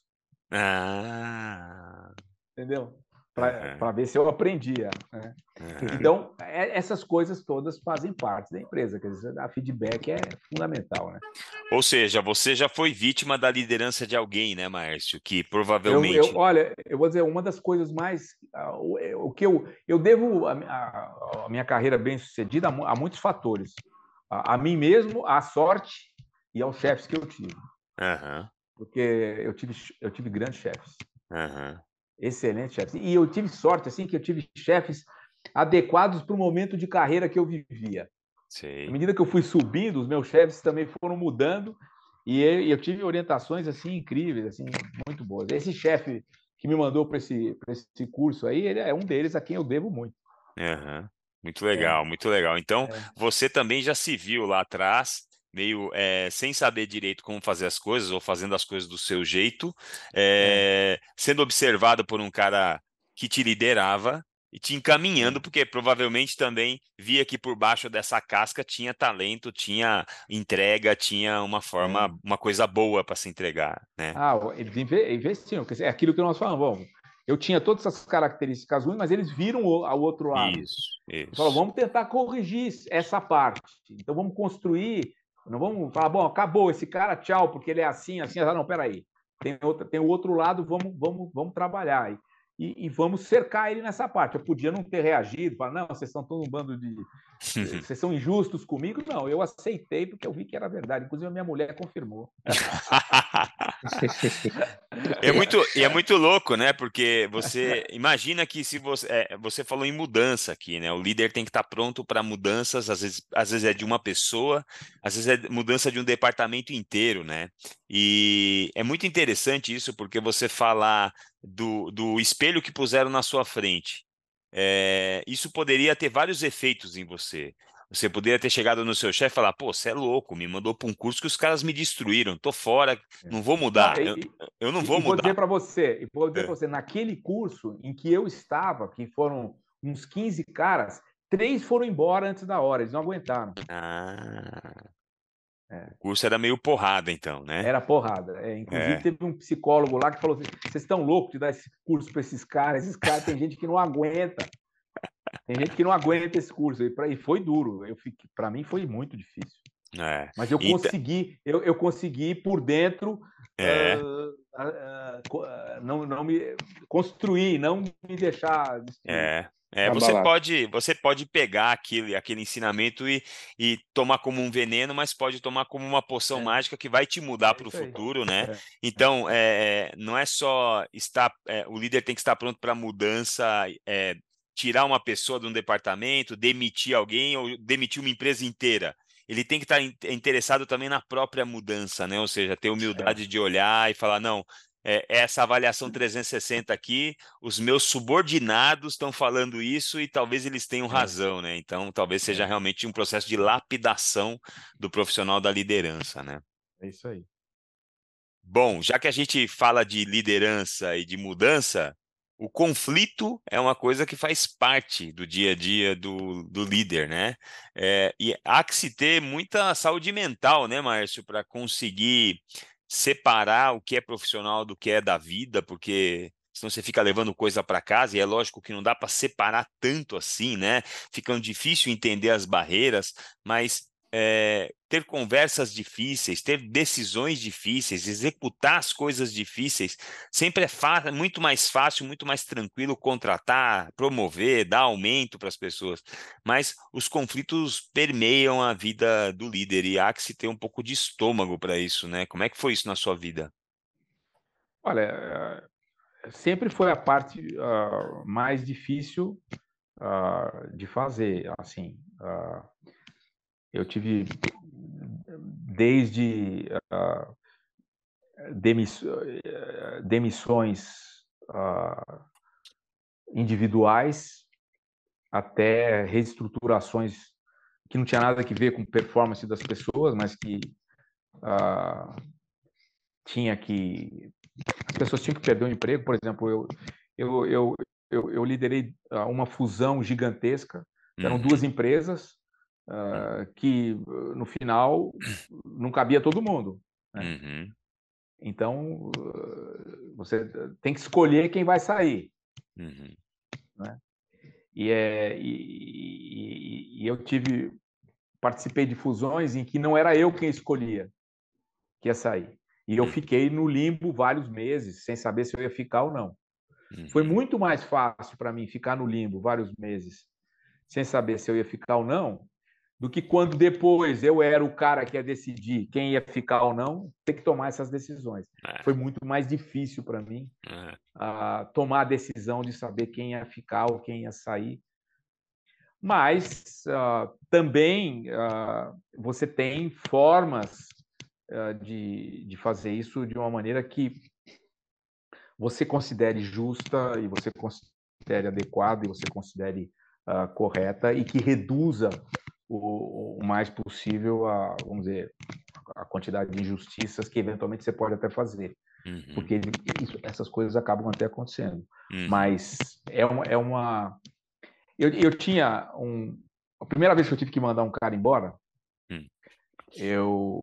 Ah. Entendeu? Para uhum. ver se eu aprendia. Né? Uhum. Então, é, essas coisas todas fazem parte da empresa. Quer dizer, a feedback é fundamental. Né? Ou seja, você já foi vítima da liderança de alguém, né, Maércio? Que provavelmente... Eu, eu, olha, eu vou dizer, uma das coisas mais... Uh, o, o que eu, eu devo a, a, a minha carreira bem-sucedida a, a muitos fatores. A, a mim mesmo, à sorte e aos chefes que eu tive. Uhum. Porque eu tive, eu tive grandes chefes. Uhum. Excelentes chefes. E eu tive sorte, assim, que eu tive chefes adequados para o momento de carreira que eu vivia. Sim. À medida que eu fui subindo, os meus chefes também foram mudando e eu, eu tive orientações, assim, incríveis, assim, muito boas. Esse chefe que me mandou para esse, para esse curso aí, ele é um deles a quem eu devo muito. Uhum. Muito legal, é. muito legal. Então, é. você também já se viu lá atrás, meio é, sem saber direito como fazer as coisas, ou fazendo as coisas do seu jeito, é, é. sendo observado por um cara que te liderava e te encaminhando, é. porque provavelmente também via que por baixo dessa casca tinha talento, tinha entrega, tinha uma forma, é. uma coisa boa para se entregar. Né? Ah, eles investiam, é aquilo que nós falamos, vamos. Eu tinha todas essas características ruins, mas eles viram ao outro lado. Isso, isso. Falaram, vamos tentar corrigir essa parte. Então, vamos construir. Não vamos falar, bom, acabou esse cara, tchau, porque ele é assim, assim. Não, peraí. Tem, outra, tem o outro lado, vamos, vamos, vamos trabalhar. E, e, e vamos cercar ele nessa parte. Eu podia não ter reagido, falar, não, vocês são todo um bando de... Vocês são injustos comigo? Não, eu aceitei porque eu vi que era verdade. Inclusive, a minha mulher confirmou. É muito, e é muito louco, né? Porque você imagina que se você, é, você falou em mudança aqui, né? O líder tem que estar pronto para mudanças, às vezes, às vezes é de uma pessoa, às vezes é mudança de um departamento inteiro, né? E é muito interessante isso, porque você falar do, do espelho que puseram na sua frente, é, isso poderia ter vários efeitos em você. Você poderia ter chegado no seu chefe e falar, pô, você é louco, me mandou para um curso que os caras me destruíram, tô fora, não vou mudar, não, e, eu, eu não vou e mudar. Vou dizer para você, e vou dizer é. para você, naquele curso em que eu estava, que foram uns quinze caras, três foram embora antes da hora, eles não aguentaram. Ah, é. O curso era meio porrada, então, né? Era porrada. É, inclusive, é. teve um psicólogo lá que falou assim, vocês estão loucos de dar esse curso para esses caras, esses caras, tem gente que não aguenta. Tem gente que não aguenta esse curso, e foi duro. Para mim foi muito difícil. É. Mas eu consegui, eu, eu consegui por dentro é. uh, uh, uh, não, não me construir, não me deixar destruir. É. É, você pode, você pode pegar aquele, aquele ensinamento e, e tomar como um veneno, mas pode tomar como uma poção é. mágica que vai te mudar é para o futuro, né? É. Então, é, não é só estar, é, o líder tem que estar pronto para mudança, é, tirar uma pessoa de um departamento, demitir alguém ou demitir uma empresa inteira. Ele tem que estar interessado também na própria mudança, né? Ou seja, ter humildade é. de olhar e falar, não, é, essa avaliação trezentos e sessenta aqui, os meus subordinados estão falando isso e talvez eles tenham razão, né? Então, talvez seja realmente um processo de lapidação do profissional da liderança, né? É isso aí. Bom, já que a gente fala de liderança e de mudança, o conflito é uma coisa que faz parte do dia a dia do, do líder, né? É, e há que se ter muita saúde mental, né, Márcio, para conseguir separar o que é profissional do que é da vida, porque senão você fica levando coisa para casa e é lógico que não dá para separar tanto assim, né? Fica difícil entender as barreiras, mas é, ter conversas difíceis, ter decisões difíceis, executar as coisas difíceis, sempre é muito mais fácil, muito mais tranquilo contratar, promover, dar aumento para as pessoas. Mas os conflitos permeiam a vida do líder e há que se ter um pouco de estômago para isso, né? Como é que foi isso na sua vida? Olha, sempre foi a parte uh, mais difícil uh, de fazer. Assim, uh, eu tive desde uh, demiss, uh, demissões uh, individuais até reestruturações que não tinha nada a ver com performance das pessoas, mas que uh, tinha que as pessoas tinham que perder o emprego. Por exemplo, eu eu, eu, eu, eu liderei uma fusão gigantesca. Eram Uhum. duas empresas uh, que, no final, não cabia todo mundo. Né? Uhum. Então, uh, você tem que escolher quem vai sair. Uhum. Né? E, é, e, e, e eu tive, participei de fusões em que não era eu quem escolhia que ia sair. E eu fiquei no limbo vários meses, sem saber se eu ia ficar ou não. Uhum. Foi muito mais fácil para mim ficar no limbo vários meses, sem saber se eu ia ficar ou não, do que quando depois eu era o cara que ia decidir quem ia ficar ou não, ter que tomar essas decisões. É. Foi muito mais difícil para mim É. uh, tomar a decisão de saber quem ia ficar ou quem ia sair. Mas uh, também uh, você tem formas uh, de, de fazer isso de uma maneira que você considere justa e você considere adequada e você considere uh, correta e que reduza o, o mais possível a, vamos dizer, a quantidade de injustiças que eventualmente você pode até fazer. Uhum. Porque isso, essas coisas acabam até acontecendo. Uhum. Mas é uma... É uma... Eu, eu tinha um... A primeira vez que eu tive que mandar um cara embora, uhum. eu...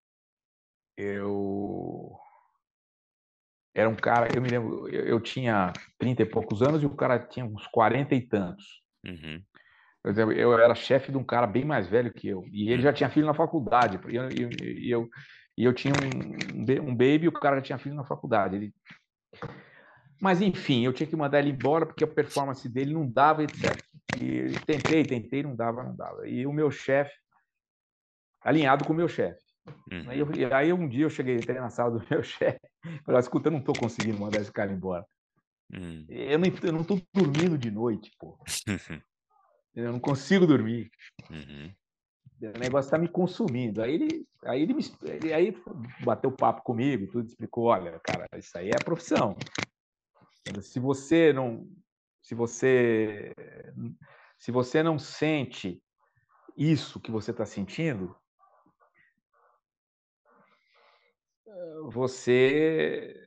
Eu... Era um cara, eu me lembro, eu, eu tinha trinta e poucos anos e o cara tinha uns quarenta e tantos. Uhum. Por exemplo, eu era chefe de um cara bem mais velho que eu. E ele uhum. já tinha filho na faculdade. E eu, eu, eu, eu tinha um, um baby e o cara já tinha filho na faculdade. Ele... Mas, enfim, eu tinha que mandar ele embora porque a performance dele não dava, etcétera. E tentei, tentei, não dava, não dava. E o meu chefe, alinhado com o meu chefe. Uhum. Aí, eu, aí um dia eu cheguei, entrei na sala do meu chefe e falei, escuta, eu não estou conseguindo mandar esse cara embora. Uhum. Eu não eu não estou dormindo de noite, pô. Eu não consigo dormir. Uhum. O negócio está me consumindo. Aí ele, aí ele, me, ele aí bateu papo comigo, tudo, explicou, olha, cara, isso aí é a profissão. Se você não, se você, se você não sente isso que você está sentindo, você,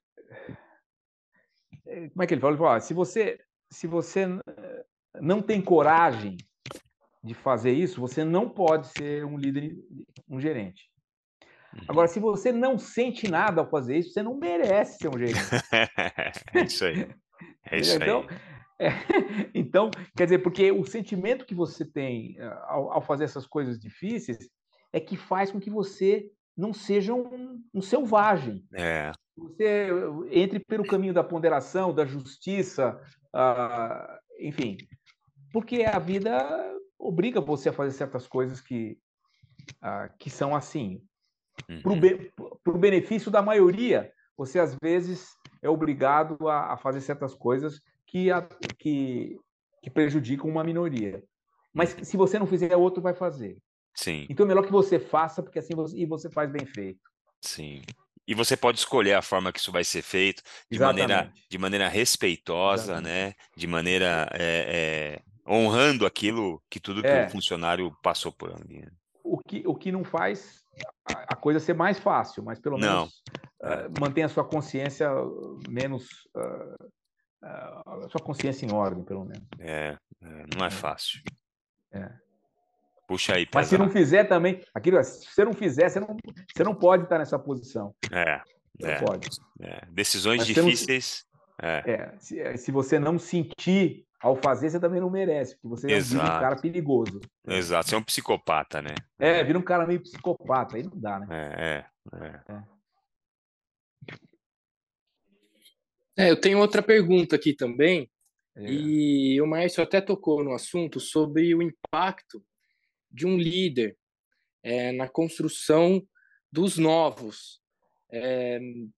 como é que ele falou? Ele falou, ah, se você, se você não tem coragem de fazer isso, você não pode ser um líder, um gerente. Agora, se você não sente nada ao fazer isso, você não merece ser um gerente. É isso aí. É isso então, aí. É, então, quer dizer, porque o sentimento que você tem ao, ao fazer essas coisas difíceis é que faz com que você não seja um, um selvagem. É. Você entre pelo caminho da ponderação, da justiça, uh, enfim, porque a vida obriga você a fazer certas coisas que, uh, que são assim. Uhum. Para o be benefício da maioria, você às vezes é obrigado a, a fazer certas coisas que, a, que, que prejudicam uma minoria. Mas uhum. se você não fizer, outro vai fazer. Sim. Então é melhor que você faça, porque assim você, e você faz bem feito. Sim. E você pode escolher a forma que isso vai ser feito, de, maneira, de maneira respeitosa, Exatamente. né? De maneira é, é, honrando aquilo que tudo é. que o funcionário passou por ali. O que, o que não faz a coisa ser mais fácil, mas pelo não. menos uh, é. mantém a sua consciência menos... Uh, a sua consciência em ordem, pelo menos. É, é não é fácil. É. Puxa aí, Mas se não fizer também, aquilo, se você não fizer, você não, você não pode estar nessa posição. É, você é, não pode. É. Decisões Mas difíceis. Não, é. É, se, se você não sentir ao fazer, você também não merece, porque você vira um cara Exato, perigoso. exato. Você é um psicopata, né? É, vira um cara meio psicopata, aí não dá, né? É, é, é. É. É, eu tenho outra pergunta aqui também, É. e o Márcio até tocou no assunto sobre o impacto de um líder é, na construção dos novos. É,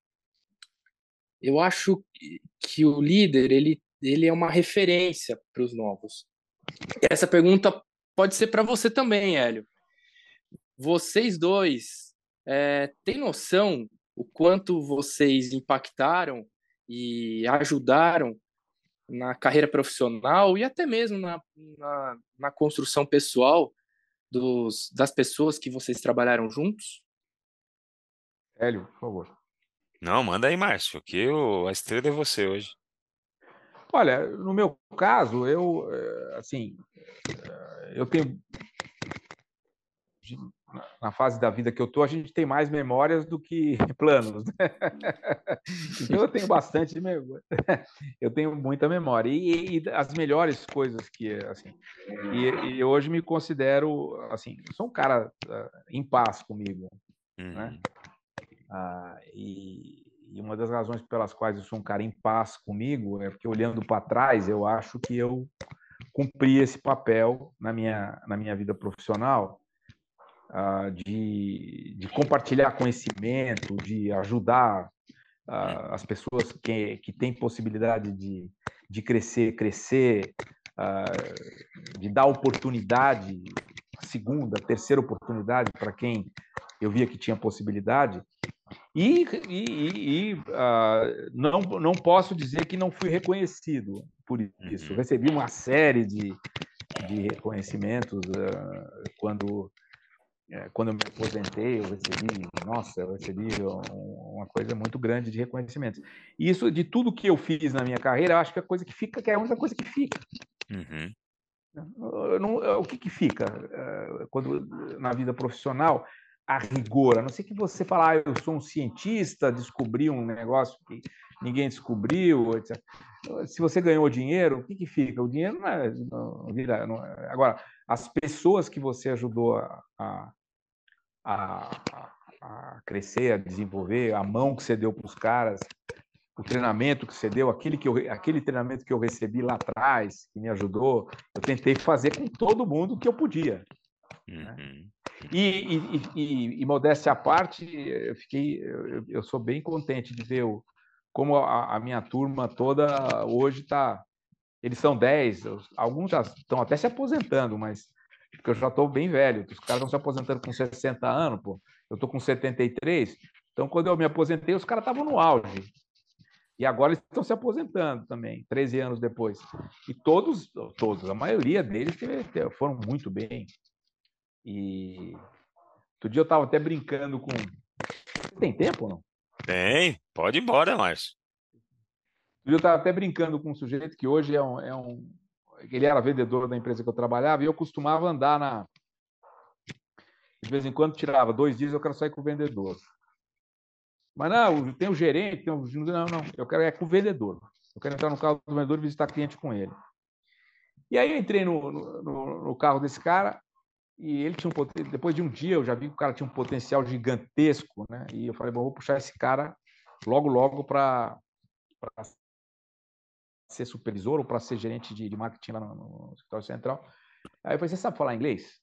eu acho que o líder ele, ele é uma referência para os novos. Essa pergunta pode ser para você também, Hélio. Vocês dois é, têm noção o quanto vocês impactaram e ajudaram na carreira profissional e até mesmo na, na, na construção pessoal dos, das pessoas que vocês trabalharam juntos? Hélio, por favor. Não, manda aí, Márcio, que o, a estrela é você hoje. Olha, no meu caso, eu, assim, eu tenho na fase da vida que eu tô, a gente tem mais memórias do que planos, né? Então eu tenho bastante memória, eu tenho muita memória e, e as melhores coisas que assim, e, e hoje me considero assim, sou um cara uh, em paz comigo, Uhum. né? Ah, e, e uma das razões pelas quais eu sou um cara em paz comigo é porque olhando para trás eu acho que eu cumpri esse papel na minha na minha vida profissional. Uh, de, de compartilhar conhecimento, de ajudar uh, as pessoas que, que têm possibilidade de, de crescer, crescer, uh, de dar oportunidade, segunda, terceira oportunidade para quem eu via que tinha possibilidade. E, e, e uh, não, não posso dizer que não fui reconhecido por isso. Uhum. Recebi uma série de, de reconhecimentos uh, quando quando eu me aposentei, eu recebi, nossa, eu recebi uma coisa muito grande de reconhecimentos. E isso, de tudo que eu fiz na minha carreira, eu acho que a coisa que fica, que é a única coisa que fica. Uhum. Não, o que que fica quando na vida profissional, a rigor, a não ser que você fale, ah, eu sou um cientista, descobri um negócio que ninguém descobriu, etcétera. Se você ganhou dinheiro, o que que fica? O dinheiro não é... Não vira, não é. Agora, as pessoas que você ajudou a, a, a, a crescer, a desenvolver, a mão que você deu para os caras, o treinamento que você deu, aquele, que eu, aquele treinamento que eu recebi lá atrás, que me ajudou, eu tentei fazer com todo mundo o que eu podia. Uhum. Né? E, e, e, e, modéstia à parte, eu, fiquei, eu, eu sou bem contente de ver o, como a, a minha turma toda hoje está... Eles são dez, alguns já estão até se aposentando, mas porque eu já estou bem velho. Os caras estão se aposentando com sessenta anos, pô. Eu estou com setenta e três. Então, quando eu me aposentei, os caras estavam no auge. E agora eles estão se aposentando também, treze anos depois. E todos, todos, a maioria deles foram muito bem. E outro dia eu estava até brincando com... Tem tempo ou não? Tem, pode ir embora, Márcio. Eu estava até brincando com um sujeito que hoje é um, é um... Ele era vendedor da empresa que eu trabalhava e eu costumava andar na... De vez em quando tirava dois dias, eu quero sair com o vendedor. Mas não, tem o gerente, tem o... Não, não, eu quero é com o vendedor. Eu quero entrar no carro do vendedor e visitar cliente com ele. E aí eu entrei no, no, no carro desse cara e ele tinha um... Depois de um dia, eu já vi que o cara tinha um potencial gigantesco, né? E eu falei, bom, vou puxar esse cara logo, logo para ser supervisor ou para ser gerente de, de marketing lá no, no escritório central. Aí eu falei, você sabe falar inglês?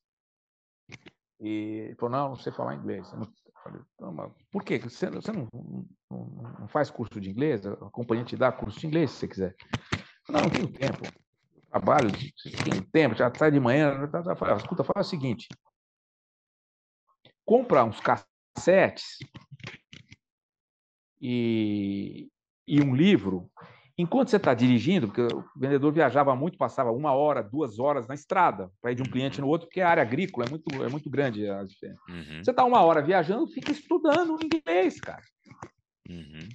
E ele falou, não, não sei falar inglês. Eu falei, não, mas por quê? Você, você não, não, não faz curso de inglês? A companhia te dá curso de inglês, se você quiser. Eu, não, não tenho tempo. Trabalho, tenho tempo, já sai de manhã. Eu falei, escuta, fala o seguinte, compra uns cassetes e, e um livro. Enquanto você está dirigindo, porque o vendedor viajava muito, passava uma hora, duas horas na estrada para ir de um cliente no outro, porque a área agrícola é muito, é muito grande as diferenças. Uhum. Você está uma hora viajando, fica estudando inglês, cara. Uhum.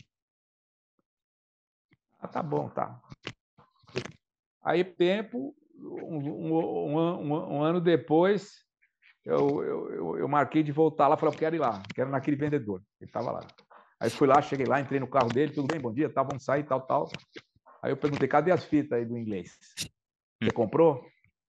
Ah, tá bom, tá. Aí, tempo, um, um, um, um ano depois, eu, eu, eu, eu marquei de voltar lá, falei, eu quero ir lá, quero naquele vendedor. Ele estava lá. Aí fui lá, cheguei lá, entrei no carro dele, tudo bem, bom dia, tá, vamos sair, tal, tal. Aí eu perguntei, cadê as fitas aí do inglês? Você comprou?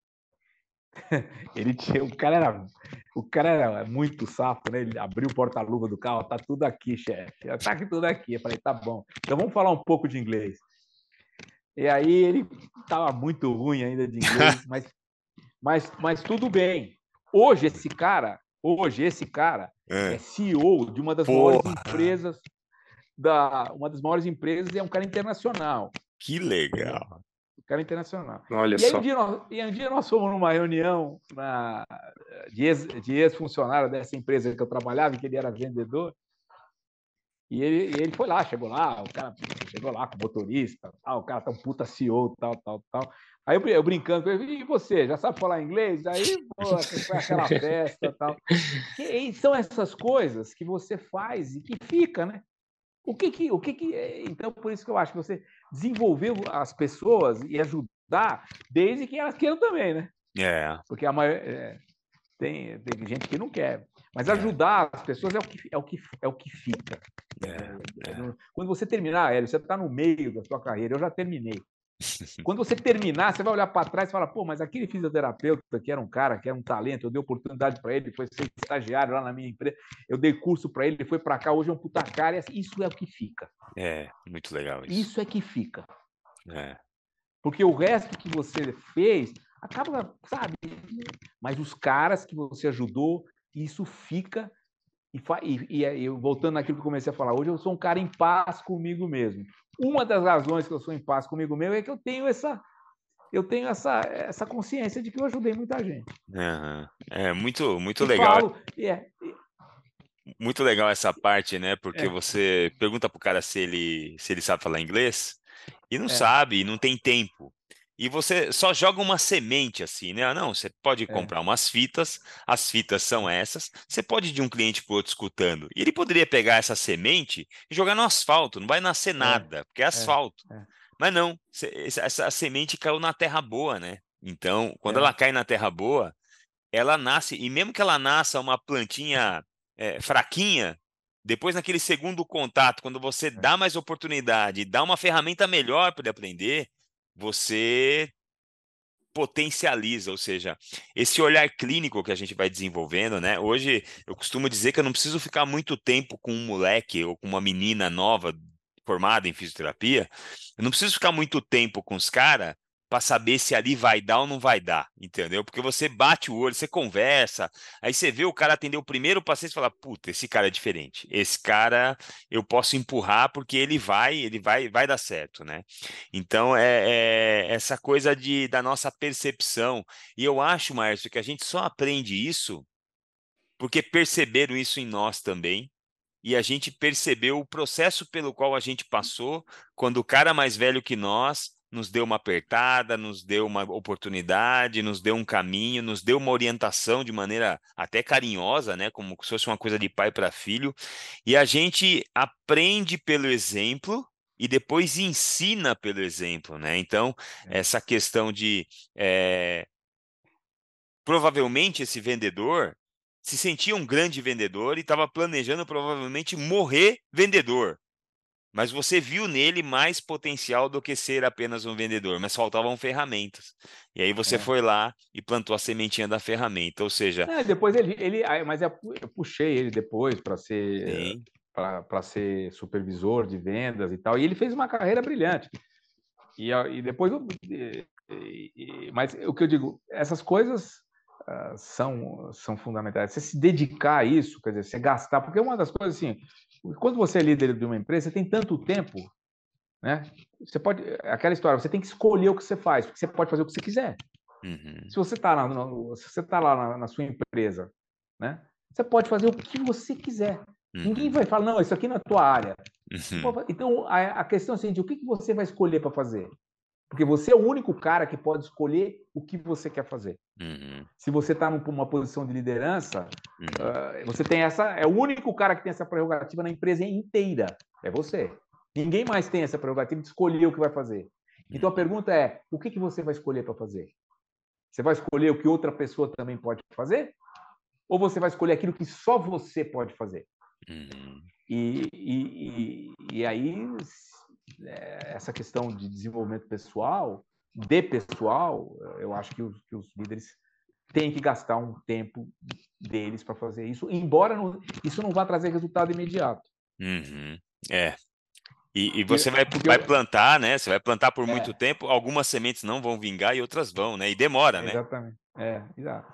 Ele tinha, o cara era, o cara era muito safo, né? Ele abriu o porta-luva do carro, tá tudo aqui, chefe. Tá aqui tudo aqui. Eu falei, tá bom. Então vamos falar um pouco de inglês. E aí ele tava muito ruim ainda de inglês, mas, mas, mas tudo bem. Hoje esse cara, hoje esse cara É. é C E O de uma das Porra. maiores empresas da, uma das maiores empresas e é um cara internacional. Que legal. Um cara internacional. Olha e aí só. um dia, nós, e um dia nós fomos numa reunião na, de, ex, de ex-funcionário dessa empresa que eu trabalhava, que ele era vendedor. E ele, e ele foi lá, chegou lá, o cara chegou lá com o motorista, tal, o cara tá um puta C E O, tal, tal, tal. Aí eu, eu brincando com ele, e você, já sabe falar inglês? Aí, pô, foi aquela festa, tal. E são essas coisas que você faz e que fica, né? O que que, o que que, então, por isso que eu acho que você desenvolveu as pessoas e ajudar, desde que elas queiram também, né? É. Porque a maior, é, tem, tem gente que não quer. Mas ajudar as pessoas é o que, é o que, é o que fica. É, é. Quando você terminar, Hélio, você está no meio da sua carreira, eu já terminei. Quando você terminar, você vai olhar para trás e falar, pô, mas aquele fisioterapeuta que era um cara, que era um talento, eu dei oportunidade para ele, foi ser estagiário lá na minha empresa, eu dei curso para ele, ele foi para cá, hoje é um puta cara, e isso é o que fica. É, muito legal isso. Isso é que fica. É. Porque o resto que você fez, acaba, sabe? Mas os caras que você ajudou, isso fica. E, e, e voltando naquilo que eu comecei a falar, hoje eu sou um cara em paz comigo mesmo. Uma das razões que eu sou em paz comigo mesmo é que eu tenho essa, eu tenho essa, essa consciência de que eu ajudei muita gente. Uhum. É muito, muito e legal. Falo, é, muito legal essa parte, né? Porque é, você pergunta pro cara se ele, se ele sabe falar inglês e não é, sabe, e não tem tempo. E você só joga uma semente assim, né? Ah, não, você pode é, comprar umas fitas, as fitas são essas, você pode ir de um cliente para outro escutando. E ele poderia pegar essa semente e jogar no asfalto, não vai nascer nada, porque é asfalto. é, Mas não, cê- essa, essa semente caiu na terra boa, né? Então, quando ela é, cai na terra boa, ela nasce, e mesmo que ela nasça uma plantinha é, fraquinha, depois naquele segundo contato, quando você é, dá mais oportunidade, dá uma ferramenta melhor para ele aprender, você potencializa, ou seja, esse olhar clínico que a gente vai desenvolvendo, né? Hoje eu costumo dizer que eu não preciso ficar muito tempo com um moleque ou com uma menina nova formada em fisioterapia, eu não preciso ficar muito tempo com os caras para saber se ali vai dar ou não vai dar, entendeu? Porque você bate o olho, você conversa, aí você vê o cara atender o primeiro paciente e fala, puta, esse cara é diferente, esse cara eu posso empurrar porque ele vai, ele vai, vai dar certo, né? Então, é, é essa coisa de, da nossa percepção. E eu acho, Márcio, que a gente só aprende isso porque perceberam isso em nós também. E a gente percebeu o processo pelo qual a gente passou quando o cara mais velho que nós nos deu uma apertada, nos deu uma oportunidade, nos deu um caminho, nos deu uma orientação de maneira até carinhosa, né? Como se fosse uma coisa de pai para filho. E a gente aprende pelo exemplo e depois ensina pelo exemplo, né? Então, é, essa questão de é, provavelmente esse vendedor se sentia um grande vendedor e estava planejando provavelmente morrer vendedor. Mas você viu nele mais potencial do que ser apenas um vendedor, mas faltavam ferramentas. E aí você é. foi lá e plantou a sementinha da ferramenta. Ou seja, É, depois ele, ele, mas eu puxei ele depois para ser sim, para ser supervisor de vendas e tal. E ele fez uma carreira brilhante. E, e depois, eu, e, e, mas o que eu digo, essas coisas uh, são, são fundamentais. Você se dedicar a isso, quer dizer, você gastar, porque uma das coisas assim, quando você é líder de uma empresa, você tem tanto tempo, né? Você pode, aquela história, você tem que escolher o que você faz, porque você pode fazer o que você quiser. uhum, Se você está lá, no, se você tá lá na, na sua empresa, né? Você pode fazer o que você quiser. Ninguém uhum, vai falar, não, isso aqui não é tua área. uhum, Então, a, a questão é a seguinte, o que, que você vai escolher para fazer? Porque você é o único cara que pode escolher o que você quer fazer. uhum, Se você está numa posição de liderança, uhum, uh, você tem essa. É o único cara que tem essa prerrogativa na empresa inteira. É você. Ninguém mais tem essa prerrogativa de escolher o que vai fazer. Então a pergunta é: o que, que você vai escolher para fazer? Você vai escolher o que outra pessoa também pode fazer? Ou você vai escolher aquilo que só você pode fazer? uhum. E, e, e, e aí, essa questão de desenvolvimento pessoal de pessoal, eu acho que os, que os líderes têm que gastar um tempo deles para fazer isso, embora não, isso não vá trazer resultado imediato. Uhum. É. E, e Porque, você vai, porque vai eu, plantar, né? Você vai plantar por muito é, tempo, algumas sementes não vão vingar e outras vão, né? E demora, né? exatamente. É, exato.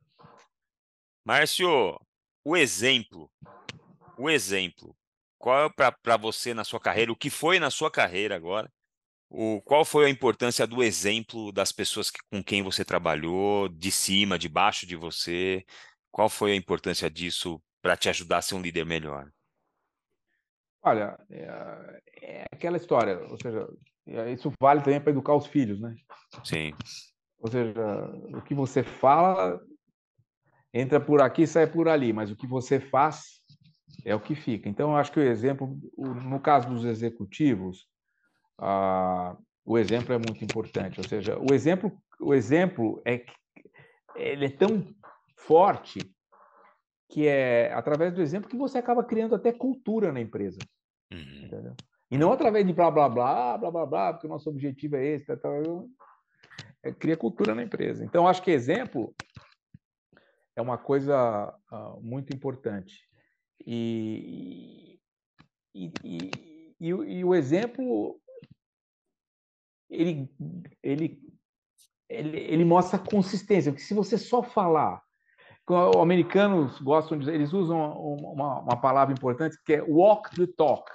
Márcio, o exemplo, o exemplo, qual é para você na sua carreira, o que foi na sua carreira agora? O, qual foi a importância do exemplo das pessoas que, com quem você trabalhou, de cima, de baixo de você? Qual foi a importância disso para te ajudar a ser um líder melhor? Olha, é, é aquela história, ou seja, isso vale também para educar os filhos, né? Sim. Ou seja, o que você fala entra por aqui e sai por ali, mas o que você faz é o que fica. Então, eu acho que o exemplo, no caso dos executivos, ah, o exemplo é muito importante. Ou seja, o exemplo, o exemplo é ele é tão forte que é através do exemplo que você acaba criando até cultura na empresa, Uhum. entendeu? E não através de blá blá blá blá blá blá, porque o nosso objetivo é esse, tal, tal, é, cria cultura na empresa. Então, acho que exemplo é uma coisa uh, muito importante. E, e, e, e, e o exemplo, ele, ele, ele, ele mostra consistência, porque se você só falar, os americanos gostam de, eles usam uma, uma palavra importante que é walk the talk,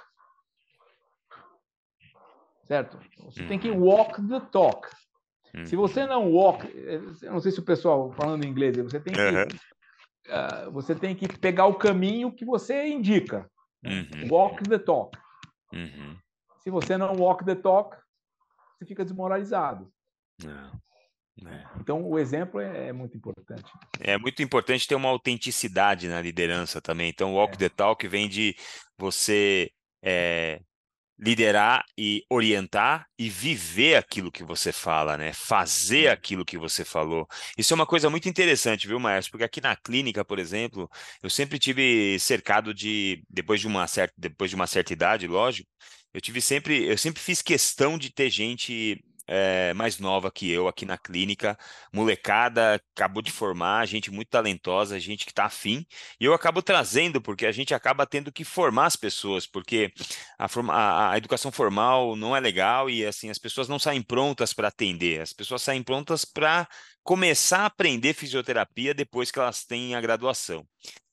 certo? Você Uhum. tem que walk the talk. Uhum. Se você não walk, eu não sei se o pessoal falando em inglês, você tem que Uhum. uh, você tem que pegar o caminho que você indica. Né? Uhum. Walk the talk. Uhum. Se você não walk the talk, você fica desmoralizado. Não. É. Então, o exemplo é, é muito importante. É muito importante ter uma autenticidade na liderança também. Então, walk the talk vem de você é, liderar e orientar e viver aquilo que você fala, né? Fazer aquilo que você falou. Isso é uma coisa muito interessante, viu, Maestro? Porque aqui na clínica, por exemplo, eu sempre tive cercado de, depois de uma certa, depois de uma certa idade, lógico, eu tive sempre, eu sempre fiz questão de ter gente é, mais nova que eu aqui na clínica, molecada, acabou de formar, gente muito talentosa, gente que está afim, e eu acabo trazendo, porque a gente acaba tendo que formar as pessoas, porque a, forma, a, a educação formal não é legal e assim as pessoas não saem prontas para atender, as pessoas saem prontas para começar a aprender fisioterapia depois que elas têm a graduação.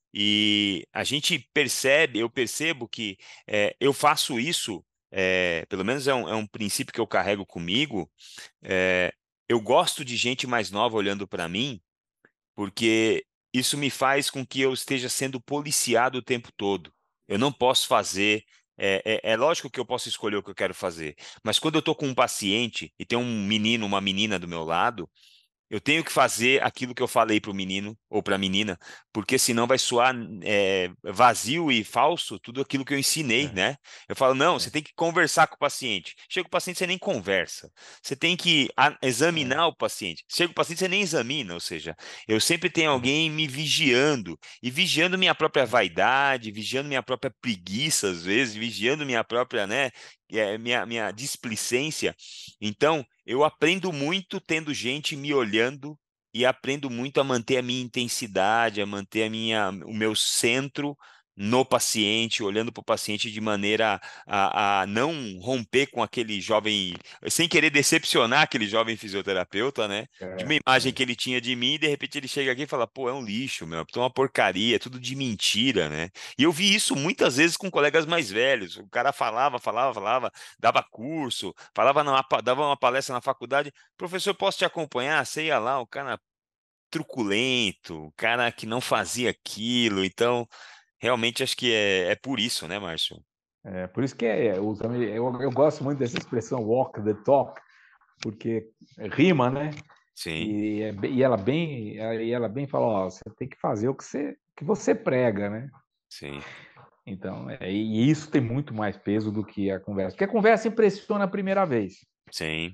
E a gente percebe, eu percebo que é, eu faço isso, é, pelo menos é um, é um princípio que eu carrego comigo. É, eu gosto de gente mais nova olhando para mim, porque isso me faz com que eu esteja sendo policiado o tempo todo. Eu não posso fazer. É, é, é lógico que eu posso escolher o que eu quero fazer, mas quando eu estou com um paciente e tem um menino, uma menina do meu lado, eu tenho que fazer aquilo que eu falei para o menino ou para a menina, porque senão vai soar é, vazio e falso tudo aquilo que eu ensinei, É, né? Eu falo, não, você é, tem que conversar com o paciente. Chega o paciente, você nem conversa. Você tem que a- é, examinar o paciente. Chega o paciente, você nem examina. Ou seja, eu sempre tenho alguém me vigiando e vigiando minha própria vaidade, vigiando minha própria preguiça, às vezes, vigiando minha própria, né? é, Minha, minha displicência. Então, eu aprendo muito tendo gente me olhando e aprendo muito a manter a minha intensidade, a manter a minha, o meu centro no paciente, olhando para o paciente de maneira a, a não romper com aquele jovem, sem querer decepcionar aquele jovem fisioterapeuta, né? De uma é, imagem é. que ele tinha de mim, e de repente ele chega aqui e fala, pô, é um lixo, meu, é uma porcaria, é tudo de mentira, né? E eu vi isso muitas vezes com colegas mais velhos. O cara falava, falava, falava, dava curso, falava numa, pa- dava uma palestra na faculdade, professor, posso te acompanhar? Você ia lá, o cara truculento, o cara que não fazia aquilo, então realmente acho que é, é por isso, né, Márcio? É, por isso que é, os ame- eu, eu gosto muito dessa expressão walk the talk, porque rima, né? Sim, E, é bem- e ela bem, e ela bem fala, ó, você tem que fazer o que você, que você prega, né? sim, Então, é, e isso tem muito mais peso do que a conversa, porque a conversa impressiona a primeira vez. sim.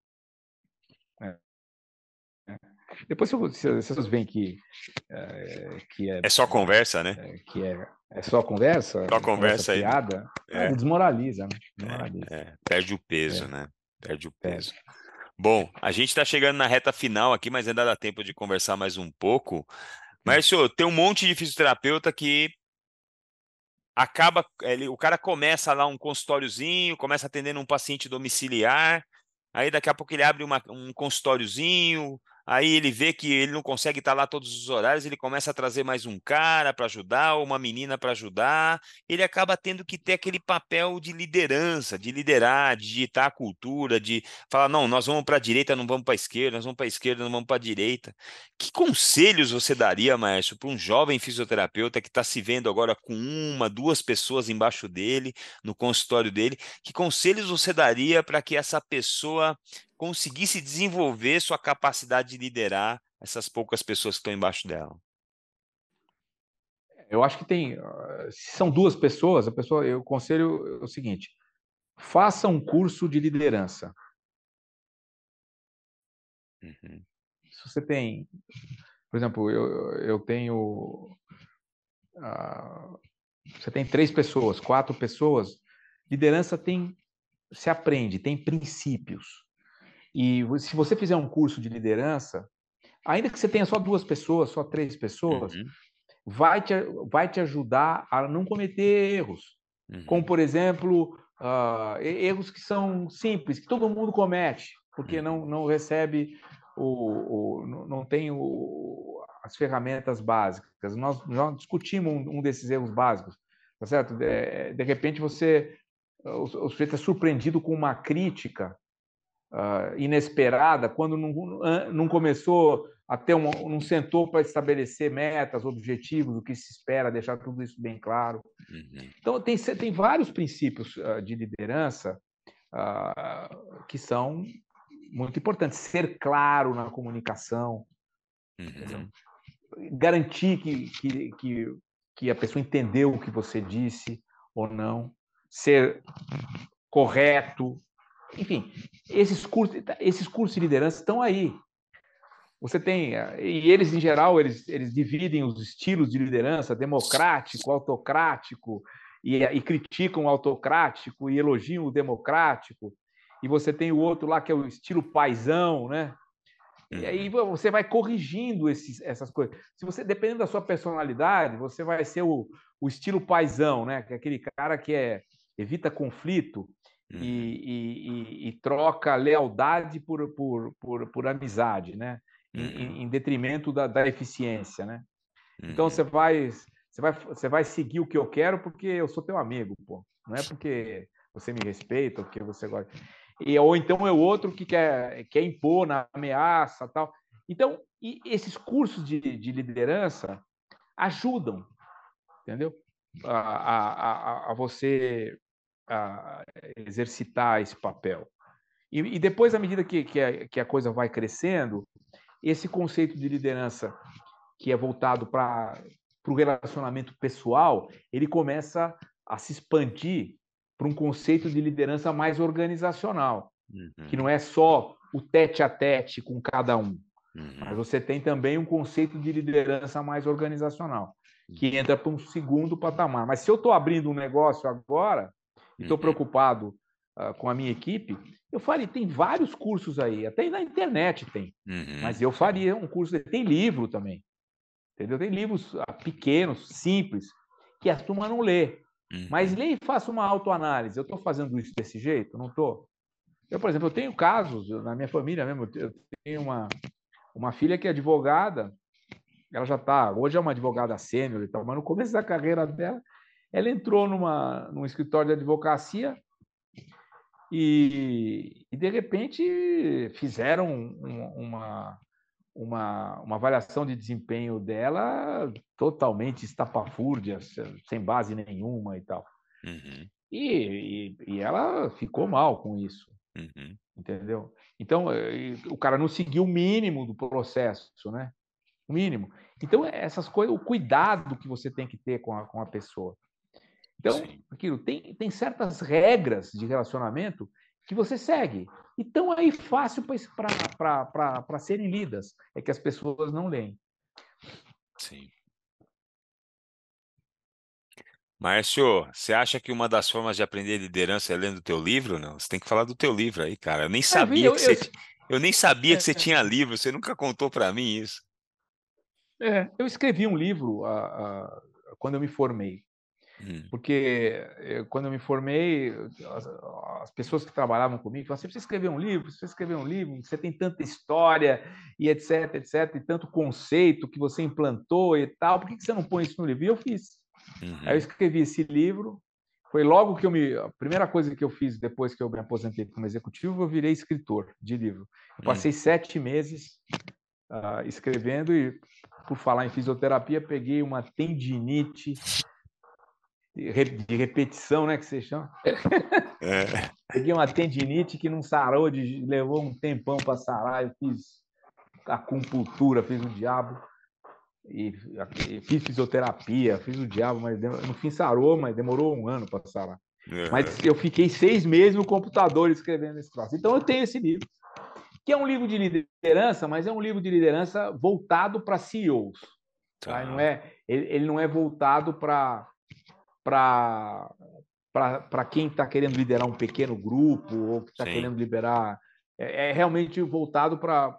Né? Depois, se, se, se vocês veem que, é, que, é, É só conversa, né? é, que é, é só conversa, Só conversa conversa aí. fiada, ah, É, desmoraliza, né? Desmoraliza. é, perde o peso, É, né? Perde o perde. peso. Bom, a gente está chegando na reta final aqui, mas ainda dá tempo de conversar mais um pouco. Márcio, tem um monte de fisioterapeuta que acaba, ele, o cara começa lá um consultóriozinho, começa atendendo um paciente domiciliar, aí daqui a pouco ele abre uma- um consultóriozinho, aí ele vê que ele não consegue estar lá todos os horários, ele começa a trazer mais um cara para ajudar, ou uma menina para ajudar, ele acaba tendo que ter aquele papel de liderança, de liderar, de ditar a cultura, de falar, não, nós vamos para a direita, não vamos para a esquerda, nós vamos para a esquerda, não vamos para a direita. Que conselhos você daria, Márcio, para um jovem fisioterapeuta que está se vendo agora com uma, duas pessoas embaixo dele, no consultório dele? Que conselhos você daria para que essa pessoa conseguisse desenvolver sua capacidade de liderar essas poucas pessoas que estão embaixo dela? Eu acho que tem, ah, se são duas pessoas, a pessoa, eu conselho o seguinte: faça um curso de liderança. Uhum, Se você tem, por exemplo, eu, eu tenho, ah, você tem três pessoas, quatro pessoas, liderança tem, se aprende, tem princípios. E se você fizer um curso de liderança, ainda que você tenha só duas pessoas, só três pessoas, uhum, vai te, vai te ajudar a não cometer erros. Como, uhum, por exemplo, uh, erros que são simples, que todo mundo comete, porque uhum, não, não recebe, o, o, não tem o, as ferramentas básicas. Nós já discutimos um, um desses erros básicos, tá certo? De, de repente, você, o, o sujeito é surpreendido com uma crítica uh, inesperada, quando não, não começou a ter um, não sentou para estabelecer metas, objetivos, o que se espera, deixar tudo isso bem claro. uhum, Então, tem, tem vários princípios uh, de liderança uh, que são muito importantes. Ser claro na comunicação, entendeu? uhum, Garantir que, que, que, que a pessoa entendeu o que você disse ou não. Ser correto, enfim, esses cursos, esses cursos de liderança estão aí. Você tem, e eles, em geral, eles, eles dividem os estilos de liderança, democrático, autocrático, e, e criticam o autocrático e elogiam o democrático. E você tem o outro lá, que é o estilo paisão, né? E aí uhum, você vai corrigindo esses, essas coisas. Se você, dependendo da sua personalidade, você vai ser o, o estilo paisão, né? Que é aquele cara que é, evita conflito e, uhum, e, e, e troca lealdade por, por, por, por amizade, né? uhum, Em, em detrimento da, da eficiência, né? Então uhum, você vai, você vai, você vai seguir o que eu quero porque eu sou teu amigo, pô. Não é porque você me respeita, porque você gosta. E, ou então é o outro que quer, quer impor na ameaça, tal. Então, e esses cursos de, de liderança ajudam, entendeu? A, a, a, a você a exercitar esse papel. E, e depois, à medida que, que, a, que a coisa vai crescendo, esse conceito de liderança que é voltado para o relacionamento pessoal, ele começa a se expandir para um conceito de liderança mais organizacional, que não uhum, é só o tete a tete com cada um, mas uhum, você tem também um conceito de liderança mais organizacional, que entra para um segundo patamar. Mas se eu estou abrindo um negócio agora e estou uhum, preocupado uh, com a minha equipe, eu falei, tem vários cursos aí, até na internet tem, uhum, mas eu sim, faria um curso, tem livro também. Entendeu? Tem livros pequenos, simples, que a turma não lê. Mas uhum, lê e faça uma autoanálise. Eu estou fazendo isso desse jeito? Não estou? Eu, por exemplo, eu tenho casos na minha família mesmo. Eu tenho uma, uma filha que é advogada, ela já está, hoje é uma advogada sênior e tal, mas no começo da carreira dela, ela entrou numa, num escritório de advocacia e, e de repente, fizeram uma, uma, uma avaliação de desempenho dela totalmente estapafúrdia, sem base nenhuma e tal. uhum, E, e, e ela ficou mal com isso, uhum, entendeu? Então, o cara não seguiu o mínimo do processo, né? O mínimo. Então, essas coisas, o cuidado que você tem que ter com a, com a pessoa. Então, sim. aquilo, tem, tem certas regras de relacionamento que você segue. E estão aí fácil para serem lidas. É que as pessoas não leem. Sim. Márcio, você acha que uma das formas de aprender liderança é lendo o teu livro? Não, você tem que falar do teu livro aí, cara. Eu nem Ah, eu, vi, sabia eu, que eu, você, ti- Eu nem sabia que você tinha livro, você nunca contou para mim isso. É, eu escrevi um livro a, a, quando eu me formei. Hum. Porque eu, quando eu me formei, as, as pessoas que trabalhavam comigo falavam: você precisa escrever um livro, você precisa escrever um livro, você tem tanta história e etc, etc, e tanto conceito que você implantou e tal, por que você não põe isso no livro? E eu fiz. Uhum. Aí eu escrevi esse livro. Foi logo que eu me... A primeira coisa que eu fiz depois que eu me aposentei como executivo, eu virei escritor de livro. Eu passei hum. sete meses uh, escrevendo e, por falar em fisioterapia, peguei uma tendinite de repetição, né, que você chama. É. Peguei uma tendinite que não sarou, de, levou um tempão para sarar. Eu fiz acupuntura, fiz o diabo. E, e fiz fisioterapia, fiz o diabo, mas no fim sarou, mas demorou um ano para sarar. Uhum. Mas eu fiquei seis meses no computador escrevendo esse troço. Então eu tenho esse livro, que é um livro de liderança, mas é um livro de liderança voltado para C E Os. Tá. Tá? Não é, ele, ele não é voltado para para quem está querendo liderar um pequeno grupo ou que está querendo liberar. É, é realmente voltado para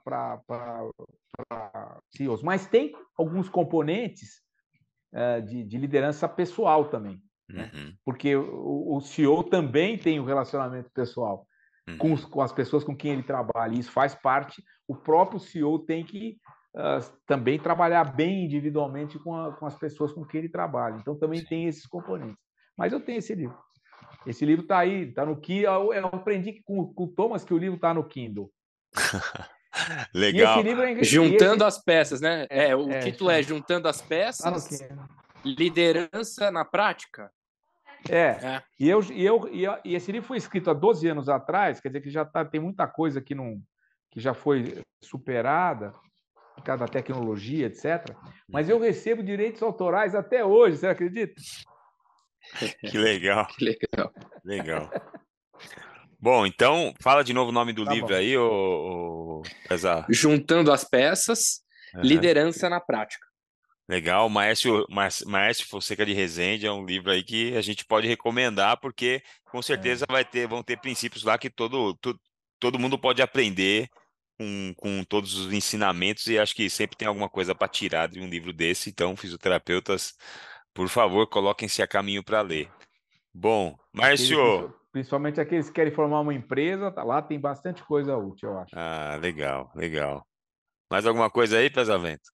C E Os. Mas tem alguns componentes uh, de, de liderança pessoal também. Uhum. Né? Porque o, o C E O também tem um relacionamento pessoal uhum. com, os, com as pessoas com quem ele trabalha. E isso faz parte. O próprio C E O tem que uh, também trabalhar bem individualmente com, a, com as pessoas com quem ele trabalha. Então também Sim. tem esses componentes. Mas eu tenho esse livro. Esse livro está aí, está no Kindle. Eu aprendi com, com o Thomas que o livro está no Kindle. Legal. E esse livro é... Juntando esse... as peças, né? É, o é, título é Juntando as Peças, tá Liderança na Prática. É, é. E, eu, e, eu, e esse livro foi escrito há doze anos atrás, quer dizer que já tá, tem muita coisa que, não, que já foi superada, por causa da tecnologia, etcétera. Mas eu recebo direitos autorais até hoje, você acredita? Que legal. Que legal. Legal. Bom, então, fala de novo o nome do tá livro bom. aí, ô, ô, Pesar. Juntando as Peças, uhum. Liderança na Prática. Legal, Maércio, Maércio Fonseca de Rezende é um livro aí que a gente pode recomendar, porque com certeza é. vai ter, vão ter princípios lá que todo, todo, todo mundo pode aprender com, com todos os ensinamentos, e acho que sempre tem alguma coisa para tirar de um livro desse. Então, fisioterapeutas, por favor, coloquem-se a caminho para ler. Bom, Márcio... Principalmente aqueles que querem formar uma empresa, tá lá, tem bastante coisa útil, eu acho. Ah, legal, legal. Mais alguma coisa aí, Pesamento?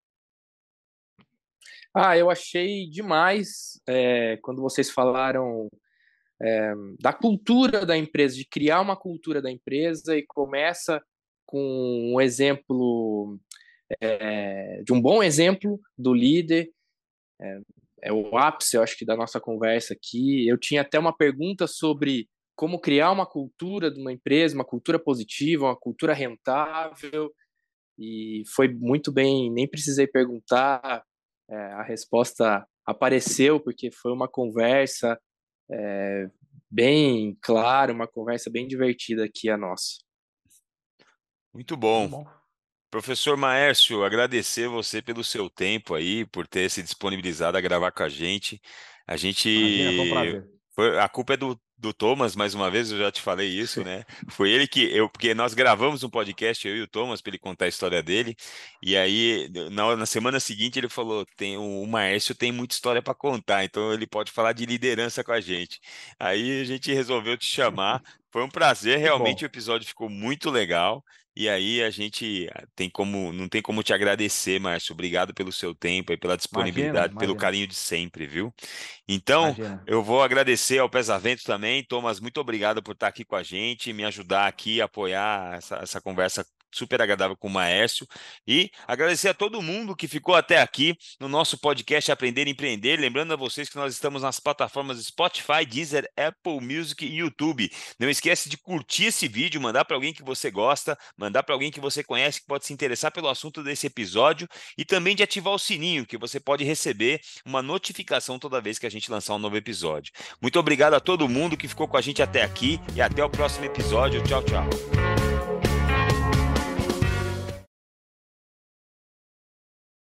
Ah, eu achei demais é, quando vocês falaram é, da cultura da empresa, de criar uma cultura da empresa, e começa com um exemplo, é, de um bom exemplo do líder. É, é o ápice, eu acho que, da nossa conversa aqui. Eu tinha até uma pergunta sobre como criar uma cultura de uma empresa, uma cultura positiva, uma cultura rentável, e foi muito bem, nem precisei perguntar, é, a resposta apareceu, porque foi uma conversa é, bem clara, uma conversa bem divertida aqui a nossa. Muito bom. Muito bom. Professor Maércio, agradecer você pelo seu tempo aí, por ter se disponibilizado a gravar com a gente. A gente... Imagina, foi um prazer. Foi... A culpa é do, do Thomas, mais uma vez, eu já te falei isso, né? Foi ele que... eu Porque nós gravamos um podcast, eu e o Thomas, para ele contar a história dele, e aí, na, na semana seguinte, ele falou, tem, o Maércio tem muita história para contar, então ele pode falar de liderança com a gente. Aí a gente resolveu te chamar. Foi um prazer, realmente. O episódio ficou muito legal. E aí a gente tem como, não tem como te agradecer, Márcio. Obrigado pelo seu tempo e pela disponibilidade, imagina, pelo imagina. carinho de sempre, viu? Então, imagina. Eu vou agradecer ao Pesavento também. Thomas, muito obrigado por estar aqui com a gente, me ajudar aqui a apoiar essa, essa conversa super agradável com o Maércio, e agradecer a todo mundo que ficou até aqui no nosso podcast Aprender e Empreender. Lembrando a vocês que nós estamos nas plataformas Spotify, Deezer, Apple Music e YouTube. Não esquece de curtir esse vídeo, mandar para alguém que você gosta, mandar para alguém que você conhece, que pode se interessar pelo assunto desse episódio, e também de ativar o sininho, que você pode receber uma notificação toda vez que a gente lançar um novo episódio. Muito obrigado a todo mundo que ficou com a gente até aqui, e até o próximo episódio. Tchau, tchau.